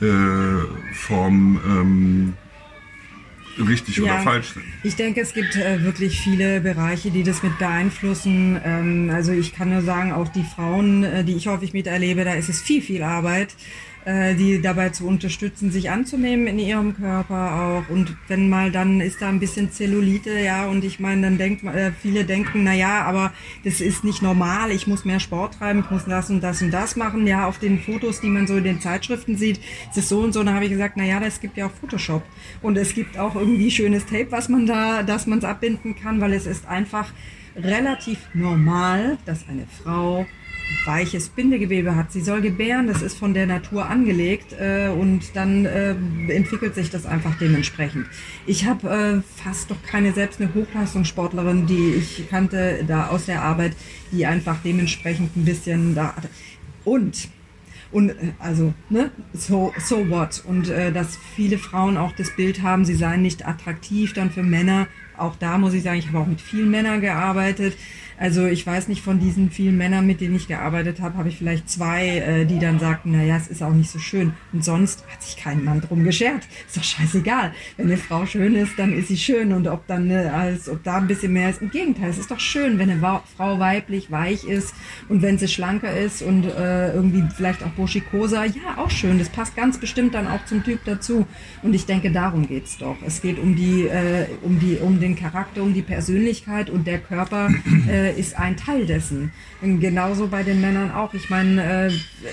äh, Form ähm, richtig ja, oder falsch sind. Ich denke, es gibt äh, wirklich viele Bereiche, die das mit beeinflussen. Ähm, also ich kann nur sagen, auch die Frauen, äh, die ich häufig miterlebe, da ist es viel, viel Arbeit, äh, die dabei zu unterstützen, sich anzunehmen in ihrem Körper auch. Und wenn mal dann ist da ein bisschen Zellulite, ja, und ich meine, dann denkt äh, viele denken, na ja, aber das ist nicht normal, ich muss mehr Sport treiben, ich muss das und das und das machen. Ja, auf den Fotos, die man so in den Zeitschriften sieht, ist es so und so. Und dann habe ich gesagt, na ja, es gibt ja auch Photoshop. Und es gibt auch irgendwie schönes Tape, was man da, dass man es abbinden kann, weil es ist einfach relativ normal, dass eine Frau weiches Bindegewebe hat. Sie soll gebären, das ist von der Natur angelegt äh, und dann äh, entwickelt sich das einfach dementsprechend. Ich habe äh, fast doch keine, selbst eine Hochleistungssportlerin, die ich kannte da aus der Arbeit, die einfach dementsprechend ein bisschen da und Und also, ne, so, so what? Und äh, dass viele Frauen auch das Bild haben, sie seien nicht attraktiv dann für Männer. Auch da muss ich sagen, ich habe auch mit vielen Männern gearbeitet. Also ich weiß nicht, von diesen vielen Männern, mit denen ich gearbeitet habe, habe ich vielleicht zwei, äh, die dann sagten, naja, es ist auch nicht so schön. Und sonst hat sich kein Mann drum geschert. Ist doch scheißegal. Wenn eine Frau schön ist, dann ist sie schön. Und ob dann, äh, als ob da ein bisschen mehr ist, im Gegenteil, es ist doch schön, wenn eine Wa- Frau weiblich, weich ist und wenn sie schlanker ist und äh, irgendwie vielleicht auch burschikoser, ja, auch schön. Das passt ganz bestimmt dann auch zum Typ dazu. Und ich denke, darum geht's doch. Es geht um die, äh, um die, um den Charakter, um die Persönlichkeit und der Körper äh, ist ein Teil dessen. Und genauso bei den Männern auch. Ich meine, äh,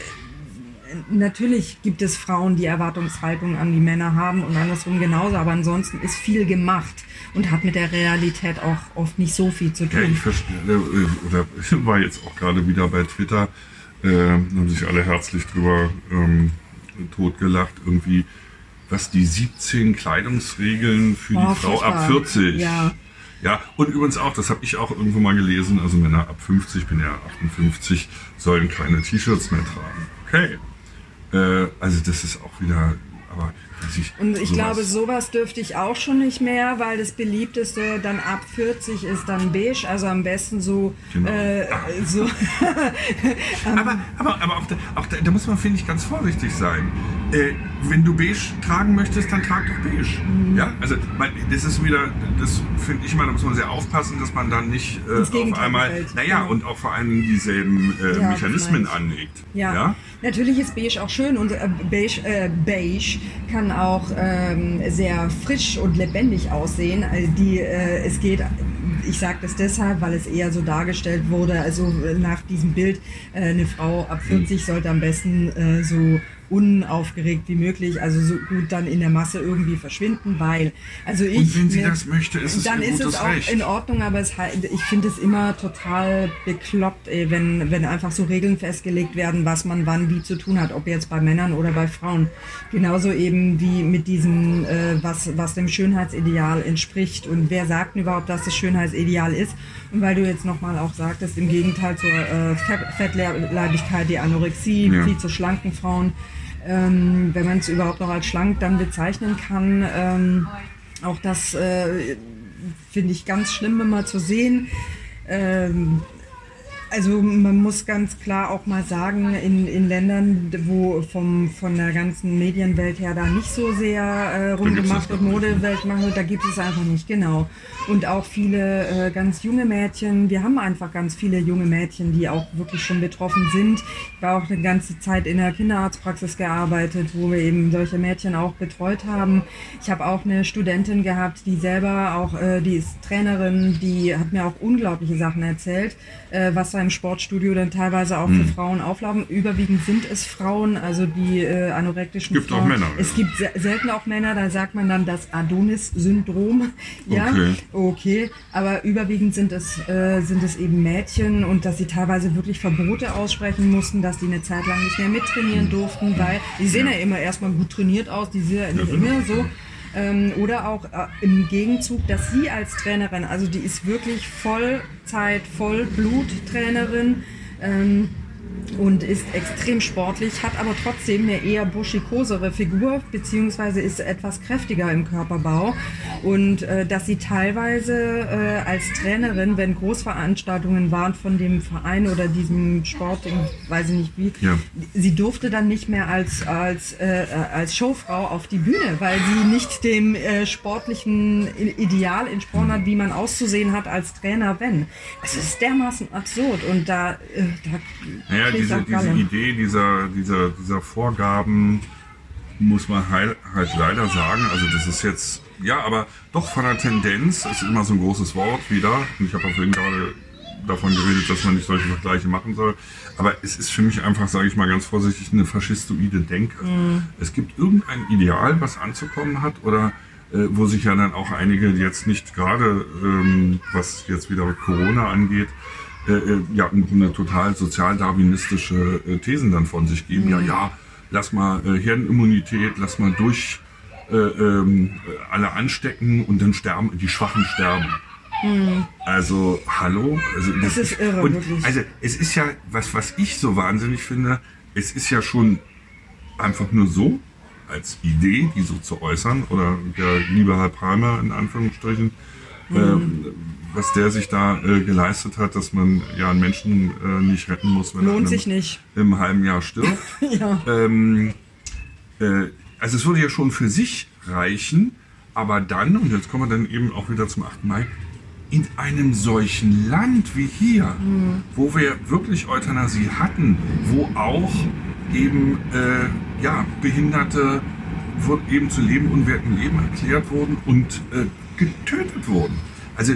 natürlich gibt es Frauen, die Erwartungshaltung an die Männer haben und andersrum genauso, aber ansonsten ist viel gemacht und hat mit der Realität auch oft nicht so viel zu tun. Ja, ich verstehe, oder ich war jetzt auch gerade wieder bei Twitter, äh, haben sich alle herzlich drüber ähm, totgelacht, irgendwie, was die siebzehn Kleidungsregeln für oh, die Frau furchtbar. Ab vierzig. Ja. Ja, und übrigens auch, das habe ich auch irgendwo mal gelesen, also Männer ab fünfzig, ich bin ja achtundfünfzig, sollen keine T-Shirts mehr tragen. Okay. Äh, also das ist auch wieder, aber weiß ich, und ich sowas. glaube, sowas dürfte ich auch schon nicht mehr, weil das beliebteste dann ab vierzig ist dann beige, also am besten so... Genau. Äh, so aber aber, aber auch, da, auch da, da muss man, finde ich, ganz vorsichtig sein. Äh, wenn du beige tragen möchtest, dann trag doch beige. Mhm. Ja? Also mein, das ist wieder, das finde ich mal, da muss man sehr aufpassen, dass man dann nicht äh, auf einmal, fällt. naja, genau. und auch vor allem dieselben äh, ja, Mechanismen anlegt. Ja. ja, natürlich ist beige auch schön und äh, beige, äh, beige kann auch ähm, sehr frisch und lebendig aussehen. Also die, äh, es geht, ich sage das deshalb, weil es eher so dargestellt wurde, also nach diesem Bild, äh, eine Frau ab vierzig sollte am besten äh, so unaufgeregt wie möglich, also so gut dann in der Masse irgendwie verschwinden, weil, also ich... Und wenn sie ne, das möchte, ist es dann ihr ist es auch Recht. in Ordnung, aber es, ich finde es immer total bekloppt, ey, wenn, wenn einfach so Regeln festgelegt werden, was man wann wie zu tun hat, ob jetzt bei Männern oder bei Frauen. Genauso eben wie mit diesem, äh, was, was dem Schönheitsideal entspricht und wer sagt denn überhaupt, dass das Schönheitsideal ist? Und weil du jetzt nochmal auch sagtest, im Gegenteil zur äh, Fettleibigkeit, die Anorexie, ja. viel zu schlanken Frauen, Ähm, wenn man es überhaupt noch als schlank dann bezeichnen kann. Ähm, auch das äh, finde ich ganz schlimm immer zu sehen. Ähm, also man muss ganz klar auch mal sagen, in, in Ländern, wo vom, von der ganzen Medienwelt her da nicht so sehr äh, rumgemacht wird, Modewelt machen wird, da gibt es einfach nicht, genau. Und auch viele äh, ganz junge Mädchen, wir haben einfach ganz viele junge Mädchen, die auch wirklich schon betroffen sind. Ich war auch eine ganze Zeit in der Kinderarztpraxis gearbeitet, wo wir eben solche Mädchen auch betreut haben. Ich habe auch eine Studentin gehabt, die selber auch, äh, die ist Trainerin, die hat mir auch unglaubliche Sachen erzählt, äh, was da im Sportstudio dann teilweise auch für Frauen auflaufen. Überwiegend sind es Frauen, also die äh, anorektischen Frauen. Es gibt Frauen. auch Männer. Es ja. gibt se- selten auch Männer, da sagt man dann das Adonis-Syndrom. Ja, okay. okay, aber überwiegend sind es, äh, sind es eben Mädchen und dass sie teilweise wirklich Verbote aussprechen mussten, dass die eine Zeit lang nicht mehr mittrainieren durften, weil die sehen ja, ja immer erstmal gut trainiert aus, die sind ja immer so. Ähm, oder auch äh, im Gegenzug, dass sie als Trainerin, also die ist wirklich Vollzeit, Vollblut-Trainerin, ähm, und ist extrem sportlich, hat aber trotzdem eine eher buschikosere Figur, beziehungsweise ist etwas kräftiger im Körperbau. Und äh, dass sie teilweise äh, als Trainerin, wenn Großveranstaltungen waren von dem Verein oder diesem Sport, ich weiß nicht wie, ja. sie durfte dann nicht mehr als, als, äh, als Showfrau auf die Bühne, weil sie nicht dem äh, sportlichen Ideal entsprochen hat, wie man auszusehen hat als Trainer, wenn. Es ist dermaßen absurd und da, äh, da naja, diese, diese Idee dieser, dieser, dieser Vorgaben muss man halt, halt leider sagen, also das ist jetzt, ja, aber doch von der Tendenz, es ist immer so ein großes Wort wieder, und ich habe auch vorhin gerade davon geredet, dass man nicht solche Vergleiche machen soll, aber es ist für mich einfach, sage ich mal ganz vorsichtig, eine faschistoide Denke. Mm. Es gibt irgendein Ideal, was anzukommen hat, oder äh, wo sich ja dann auch einige jetzt nicht gerade, ähm, was jetzt wieder Corona angeht, Äh, ja, eine total sozialdarwinistische äh, Thesen dann von sich geben. Mhm. Ja, ja, lass mal äh, Herdenimmunität, lass mal durch äh, ähm, alle anstecken und dann sterben, die Schwachen sterben. Mhm. Also, hallo? Also, das, das ist irre, und, wirklich. Also, es ist ja, was, was ich so wahnsinnig finde, es ist ja schon einfach nur so, als Idee, die so zu äußern, oder der liebe Herr Palmer in Anführungsstrichen, mhm. ähm, was der sich da äh, geleistet hat, dass man ja einen Menschen äh, nicht retten muss, wenn Lohnt er sich nicht. im halben Jahr stirbt. ja. ähm, äh, also es würde ja schon für sich reichen, aber dann, und jetzt kommen wir dann eben auch wieder zum achten Mai, in einem solchen Land wie hier, mhm. wo wir wirklich Euthanasie hatten, wo auch eben äh, ja, Behinderte wo eben zu lebenunwertem Leben erklärt wurden und äh, getötet wurden. Also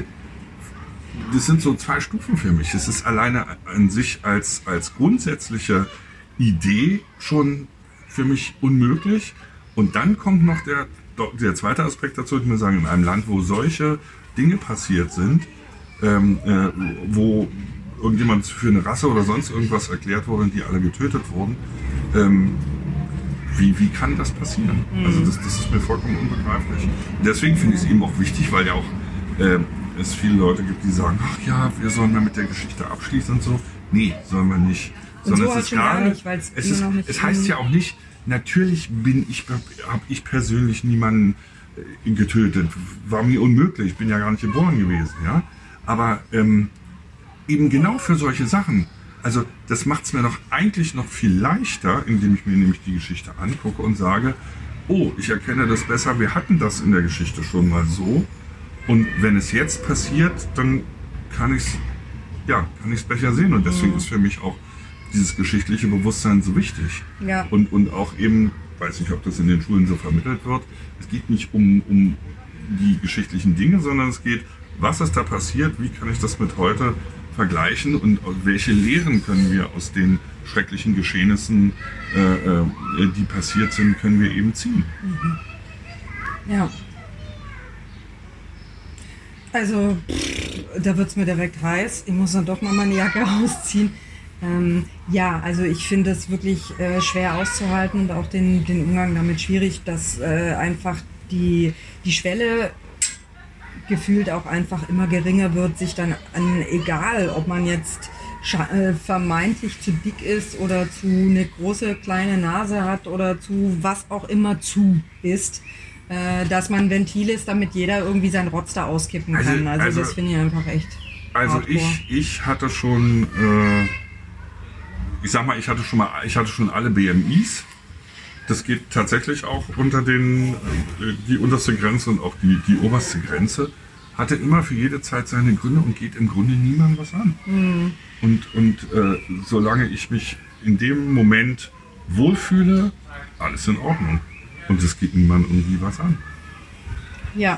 das sind so zwei Stufen für mich. Es ist alleine an sich als, als grundsätzliche Idee schon für mich unmöglich. Und dann kommt noch der, der zweite Aspekt dazu, ich muss sagen, in einem Land, wo solche Dinge passiert sind, ähm, äh, wo irgendjemand für eine Rasse oder sonst irgendwas erklärt wurde und die alle getötet wurden, ähm, wie, wie kann das passieren? Mhm. Also das, das ist mir vollkommen unbegreiflich. Deswegen finde ich es eben auch wichtig, weil ja auch äh, es viele Leute gibt, die sagen, ach ja, wir sollen mal mit der Geschichte abschließen und so. Nee, sollen wir nicht. Und Sondern so es ist gerade, nicht, es, ist, noch nicht es heißt ja auch nicht, natürlich bin ich, habe ich persönlich niemanden äh, getötet. War mir unmöglich, ich bin ja gar nicht geboren gewesen. Ja? Aber ähm, eben genau für solche Sachen, also das macht es mir doch eigentlich noch viel leichter, indem ich mir nämlich die Geschichte angucke und sage, oh, ich erkenne das besser, wir hatten das in der Geschichte schon mal so. Und wenn es jetzt passiert, dann kann ich es ja, kann ich's besser sehen. Und deswegen mhm. ist für mich auch dieses geschichtliche Bewusstsein so wichtig. Ja. Und, und auch eben, weiß nicht, ob das in den Schulen so vermittelt wird, es geht nicht um, um die geschichtlichen Dinge, sondern es geht, was ist da passiert, wie kann ich das mit heute vergleichen und welche Lehren können wir aus den schrecklichen Geschehnissen, äh, äh, die passiert sind, können wir eben ziehen. Mhm. Ja. Also, da wird es mir direkt heiß. Ich muss dann doch mal meine Jacke ausziehen. Ähm, ja, also ich finde es wirklich äh, schwer auszuhalten und auch den, den Umgang damit schwierig, dass äh, einfach die, die Schwelle gefühlt auch einfach immer geringer wird, sich dann an, egal ob man jetzt äh, vermeintlich zu dick ist oder zu eine große kleine Nase hat oder zu was auch immer zu ist, äh, dass man ein Ventil ist, damit jeder irgendwie seinen Rotz da auskippen kann. Also, also, also das finde ich einfach echt Also ich, ich hatte schon, äh, ich sag mal, ich hatte schon mal, ich hatte schon alle B M Is. Das geht tatsächlich auch unter den, äh, die unterste Grenze und auch die, die oberste Grenze. Hatte immer für jede Zeit seine Gründe und geht im Grunde niemandem was an. Mhm. Und, und äh, solange ich mich in dem Moment wohlfühle, alles in Ordnung. Und es geht niemandem irgendwie was an. Ja.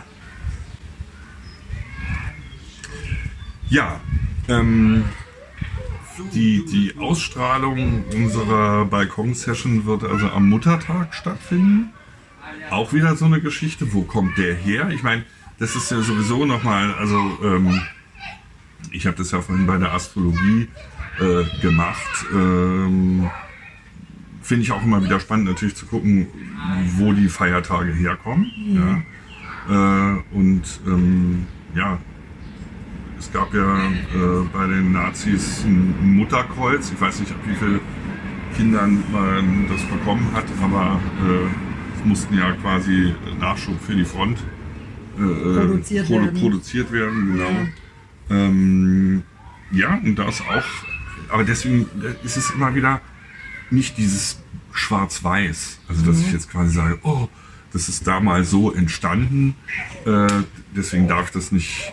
Ja, ähm, die, die Ausstrahlung unserer Balkon-Session wird also am Muttertag stattfinden. Auch wieder so eine Geschichte. Wo kommt der her? Ich meine, das ist ja sowieso nochmal, also ähm, ich habe das ja vorhin bei der Astrologie äh, gemacht. Ähm, Finde ich auch immer wieder spannend, natürlich zu gucken, wo die Feiertage herkommen. Mhm. Ja. Äh, und ähm, ja, es gab ja äh, bei den Nazis ein Mutterkreuz. Ich weiß nicht, ab wie viele Kindern man das bekommen hat, aber äh, es mussten ja quasi Nachschub für die Front äh, produziert, produ- werden. produziert werden. Genau. Ja. Ähm, ja, und das auch, aber deswegen ist es immer wieder nicht dieses Schwarz-Weiß. Also, dass mhm. ich jetzt quasi sage, oh, das ist da mal so entstanden, äh, deswegen darf ich das nicht,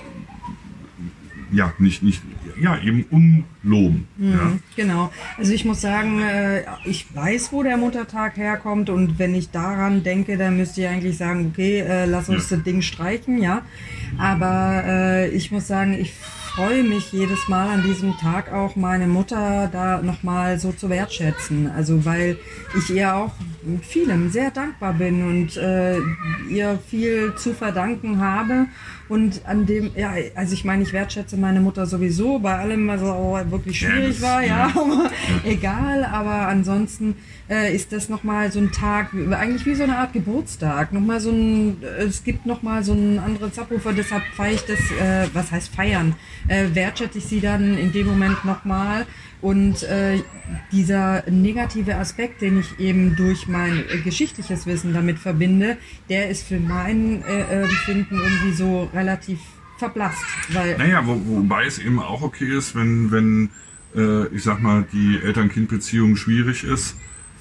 ja, nicht, nicht, ja, eben umloben. Mhm, ja. Genau. Also ich muss sagen, äh, ich weiß, wo der Muttertag herkommt und wenn ich daran denke, dann müsste ich eigentlich sagen, okay, äh, lass uns ja. das Ding streichen, ja. Aber äh, ich muss sagen, ich freue mich jedes Mal an diesem Tag auch, meine Mutter da nochmal so zu wertschätzen. Also weil ich ihr auch mit vielem sehr dankbar bin und äh, ihr viel zu verdanken habe. Und an dem, ja, also ich meine, ich wertschätze meine Mutter sowieso bei allem, was auch wirklich schwierig war, ja, aber egal. Aber ansonsten äh, ist das nochmal so ein Tag, eigentlich wie so eine Art Geburtstag. Nochmal so ein, es gibt nochmal so einen anderen Subwoofer, deshalb feiere ich das, äh, was heißt feiern, äh, wertschätze ich sie dann in dem Moment nochmal. Und äh, dieser negative Aspekt, den ich eben durch mein äh, geschichtliches Wissen damit verbinde, der ist für mein äh, Empfinden irgendwie so relativ verblasst. Weil naja, wo, wobei es eben auch okay ist, wenn, wenn äh, ich sag mal, die Eltern-Kind-Beziehung schwierig ist,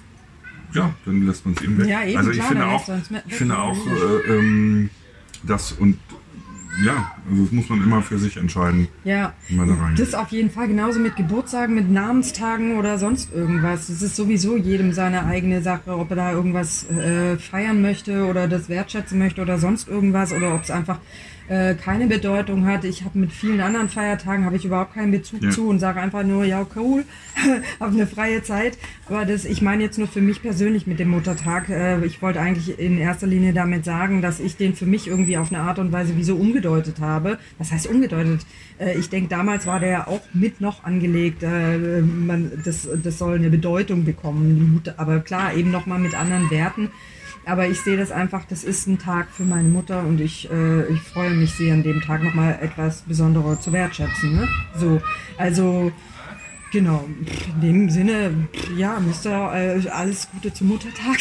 ja, dann lässt man es eben weg. Ja, eben, also ich klar, finde auch, ich finde auch, äh, ähm, das und ja, also das muss man immer für sich entscheiden. Ja, das auf jeden Fall, genauso mit Geburtstagen, mit Namenstagen oder sonst irgendwas. Es ist sowieso jedem seine eigene Sache, ob er da irgendwas äh, feiern möchte oder das wertschätzen möchte oder sonst irgendwas oder ob es einfach äh, keine Bedeutung hat. Ich habe mit vielen anderen Feiertagen habe ich überhaupt keinen Bezug ja. zu und sage einfach nur, ja cool, habe eine freie Zeit. Aber das, ich meine jetzt nur für mich persönlich mit dem Muttertag. Äh, ich wollte eigentlich in erster Linie damit sagen, dass ich den für mich irgendwie auf eine Art und Weise wie so umgedeutet habe. Was heißt umgedeutet? Äh, ich denke, damals war der ja auch mit noch angelegt. Äh, man, das, das soll eine Bedeutung bekommen, die Mutter. Aber klar, eben nochmal mit anderen Werten. Aber ich sehe das einfach, das ist ein Tag für meine Mutter und ich, äh, ich freue mich, sie an dem Tag nochmal etwas Besonderes zu wertschätzen. Ne? So, also genau, in dem Sinne, ja, Mister äh, alles Gute zum Muttertag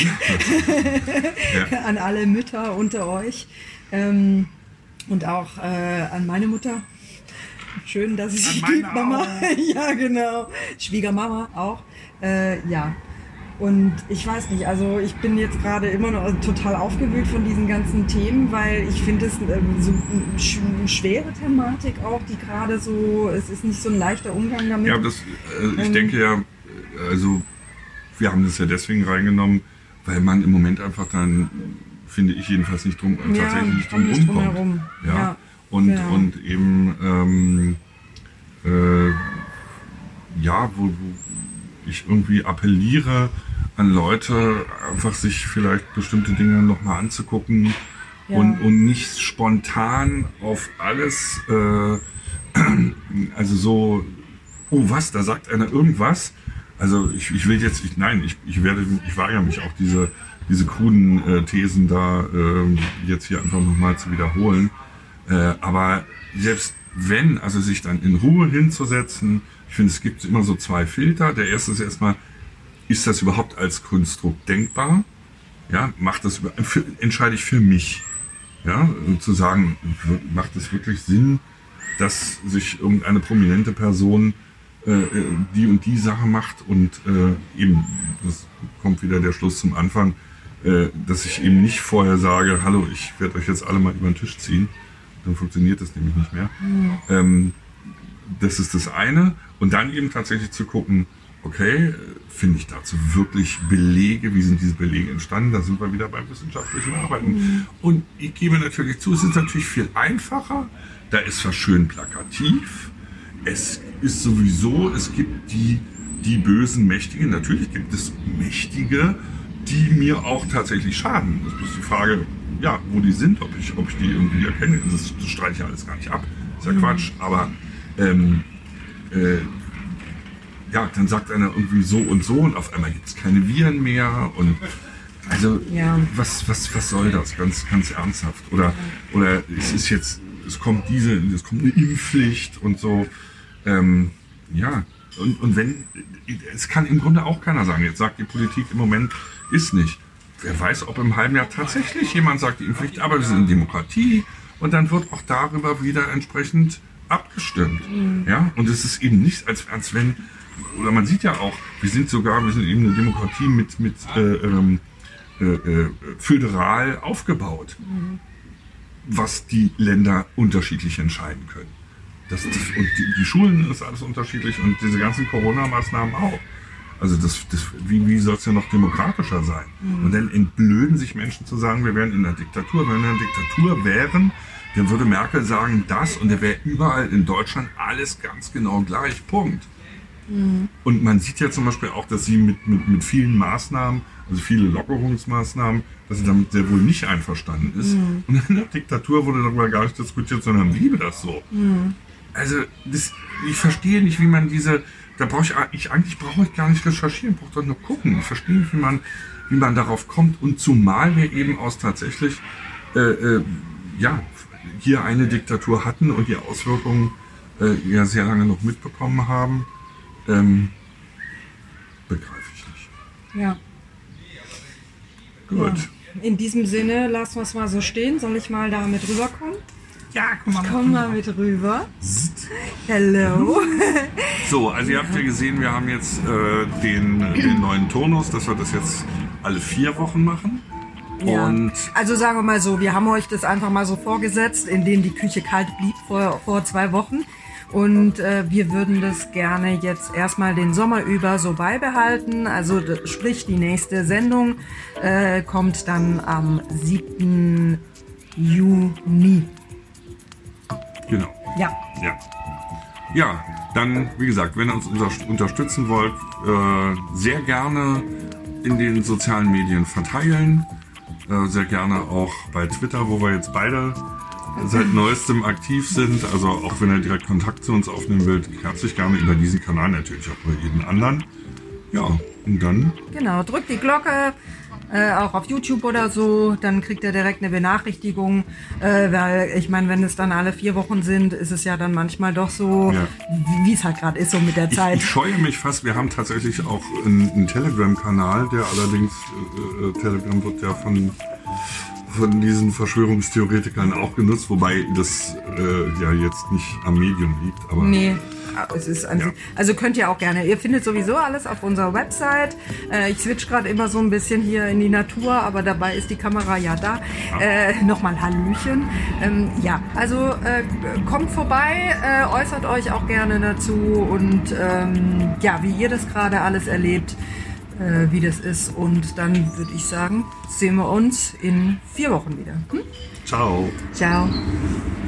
ja. an alle Mütter unter euch ähm, und auch äh, an meine Mutter. Schön, dass es sie gibt, Mama. Ja, genau. Schwiegermama auch. Äh, ja. Und ich weiß nicht, also ich bin jetzt gerade immer noch total aufgewühlt von diesen ganzen Themen, weil ich finde es ähm, so eine schwere Thematik auch, die gerade so, es ist nicht so ein leichter Umgang damit. Ja, das, äh, ich ähm, denke ja, also wir haben das ja deswegen reingenommen, weil man im Moment einfach dann, finde ich jedenfalls nicht drum, ja, tatsächlich nicht drum nicht rumkommt. Herum. Ja? Ja, und, genau. und eben, ähm, äh, ja, wo, wo ich irgendwie appelliere an Leute, einfach sich vielleicht bestimmte Dinge nochmal anzugucken ja. und, und nicht spontan auf alles, äh, also so, oh was, da sagt einer irgendwas. Also ich, ich will jetzt, ich, nein, ich, ich werde, ich weigere mich auch diese, diese kruden äh, Thesen da äh, jetzt hier einfach nochmal zu wiederholen. Äh, aber selbst wenn, also sich dann in Ruhe hinzusetzen, ich finde, es gibt immer so zwei Filter. Der erste ist erstmal, ist das überhaupt als Konstrukt denkbar? Ja, macht das, für, entscheide ich für mich. Ja, und zu sagen, macht es wirklich Sinn, dass sich irgendeine prominente Person äh, die und die Sache macht und äh, eben, das kommt wieder der Schluss zum Anfang, äh, dass ich eben nicht vorher sage, hallo, ich werde euch jetzt alle mal über den Tisch ziehen. Dann funktioniert das nämlich nicht mehr. Mhm. Ähm, das ist das eine. Und dann eben tatsächlich zu gucken, okay, finde ich dazu wirklich Belege, wie sind diese Belege entstanden? Da sind wir wieder beim wissenschaftlichen Arbeiten. Mhm. Und ich gebe natürlich zu, es ist natürlich viel einfacher, da ist was schön plakativ, es ist sowieso, es gibt die, die bösen Mächtigen, natürlich gibt es Mächtige, die mir auch tatsächlich schaden. Das ist die Frage, ja, wo die sind, ob ich, ob ich die irgendwie erkenne. Das, das streite ich ja alles gar nicht ab, ist ja mhm. Quatsch, aber ähm, äh, ja, dann sagt einer irgendwie so und so und auf einmal gibt es keine Viren mehr und also ja. was, was, was soll das, ganz, ganz ernsthaft? Oder, oder es ist jetzt es kommt diese, es kommt eine Impfpflicht und so. Ähm, ja, und, und wenn, es kann im Grunde auch keiner sagen, jetzt sagt die Politik im Moment, ist nicht. Wer weiß, ob im halben Jahr tatsächlich jemand sagt, die Impfpflicht, aber wir sind in Demokratie und dann wird auch darüber wieder entsprechend abgestimmt. Mhm. Ja, und es ist eben nicht, als, als wenn, oder man sieht ja auch, wir sind sogar, wir sind eben eine Demokratie mit, mit äh, ähm, äh, äh, föderal aufgebaut, mhm. was die Länder unterschiedlich entscheiden können. Das, das, und die, die Schulen ist alles unterschiedlich und diese ganzen Corona-Maßnahmen auch. Also das, das, wie, wie soll es ja noch demokratischer sein? Mhm. Und dann entblöden sich Menschen zu sagen, wir wären in einer Diktatur. Wenn wir in einer Diktatur wären, dann würde Merkel sagen, das und da wäre überall in Deutschland alles ganz genau gleich. Punkt. Mhm. Und man sieht ja zum Beispiel auch, dass sie mit, mit, mit vielen Maßnahmen, also viele Lockerungsmaßnahmen, dass sie damit sehr wohl nicht einverstanden ist. Mhm. Und in der Diktatur wurde darüber gar nicht diskutiert, sondern bliebe das so. Mhm. Also das, ich verstehe nicht, wie man diese, da brauche ich, ich eigentlich brauche ich gar nicht recherchieren, brauche doch nur gucken. Ich verstehe nicht, wie man, wie man darauf kommt. Und zumal wir eben aus tatsächlich, äh, äh, ja, hier eine Diktatur hatten und die Auswirkungen äh, ja sehr lange noch mitbekommen haben, ähm, begreife ich nicht. Ja. Gut. Ja. In diesem Sinne, lassen wir es mal so stehen. Soll ich mal da mit rüberkommen? Ja, komm mal, ich komm mal mit rüber. Hello. So, also ihr habt ja gesehen, wir haben jetzt äh, den, den neuen Turnus, dass wir das jetzt alle vier Wochen machen. Ja. Und also sagen wir mal so, wir haben euch das einfach mal so vorgesetzt, in denen die Küche kalt blieb vor, vor zwei Wochen. Und äh, wir würden das gerne jetzt erstmal den Sommer über so beibehalten. Also sprich, die nächste Sendung äh, kommt dann am siebten Juni. Genau. Ja. Ja. Ja, dann, wie gesagt, wenn ihr uns unter- unterstützen wollt, äh, sehr gerne in den sozialen Medien verteilen. Äh, sehr gerne auch bei Twitter, wo wir jetzt beide seit neuestem aktiv sind. Also auch wenn ihr direkt Kontakt zu uns aufnehmen wollt, herzlich gerne über diesen Kanal, natürlich auch über jeden anderen. Ja, und dann... Genau, drückt die Glocke, äh, auch auf YouTube oder so, dann kriegt ihr direkt eine Benachrichtigung, äh, weil ich meine, wenn es dann alle vier Wochen sind, ist es ja dann manchmal doch so, ja. wie es halt gerade ist, so mit der Zeit. Ich, ich scheue mich fast, wir haben tatsächlich auch einen, einen Telegram-Kanal, der allerdings, äh, Telegram wird ja von... von diesen Verschwörungstheoretikern auch genutzt, wobei das äh, ja jetzt nicht am Medium liegt. Aber nee, es ist an ja. sich, also könnt ihr auch gerne. Ihr findet sowieso alles auf unserer Website. Äh, ich switch gerade immer so ein bisschen hier in die Natur, aber dabei ist die Kamera ja da. Ah. Äh, Nochmal Hallöchen. Ähm, ja, also äh, kommt vorbei, äh, äußert euch auch gerne dazu und ähm, ja, wie ihr das gerade alles erlebt, wie das ist. Und dann würde ich sagen, sehen wir uns in vier Wochen wieder. Hm? Ciao. Ciao.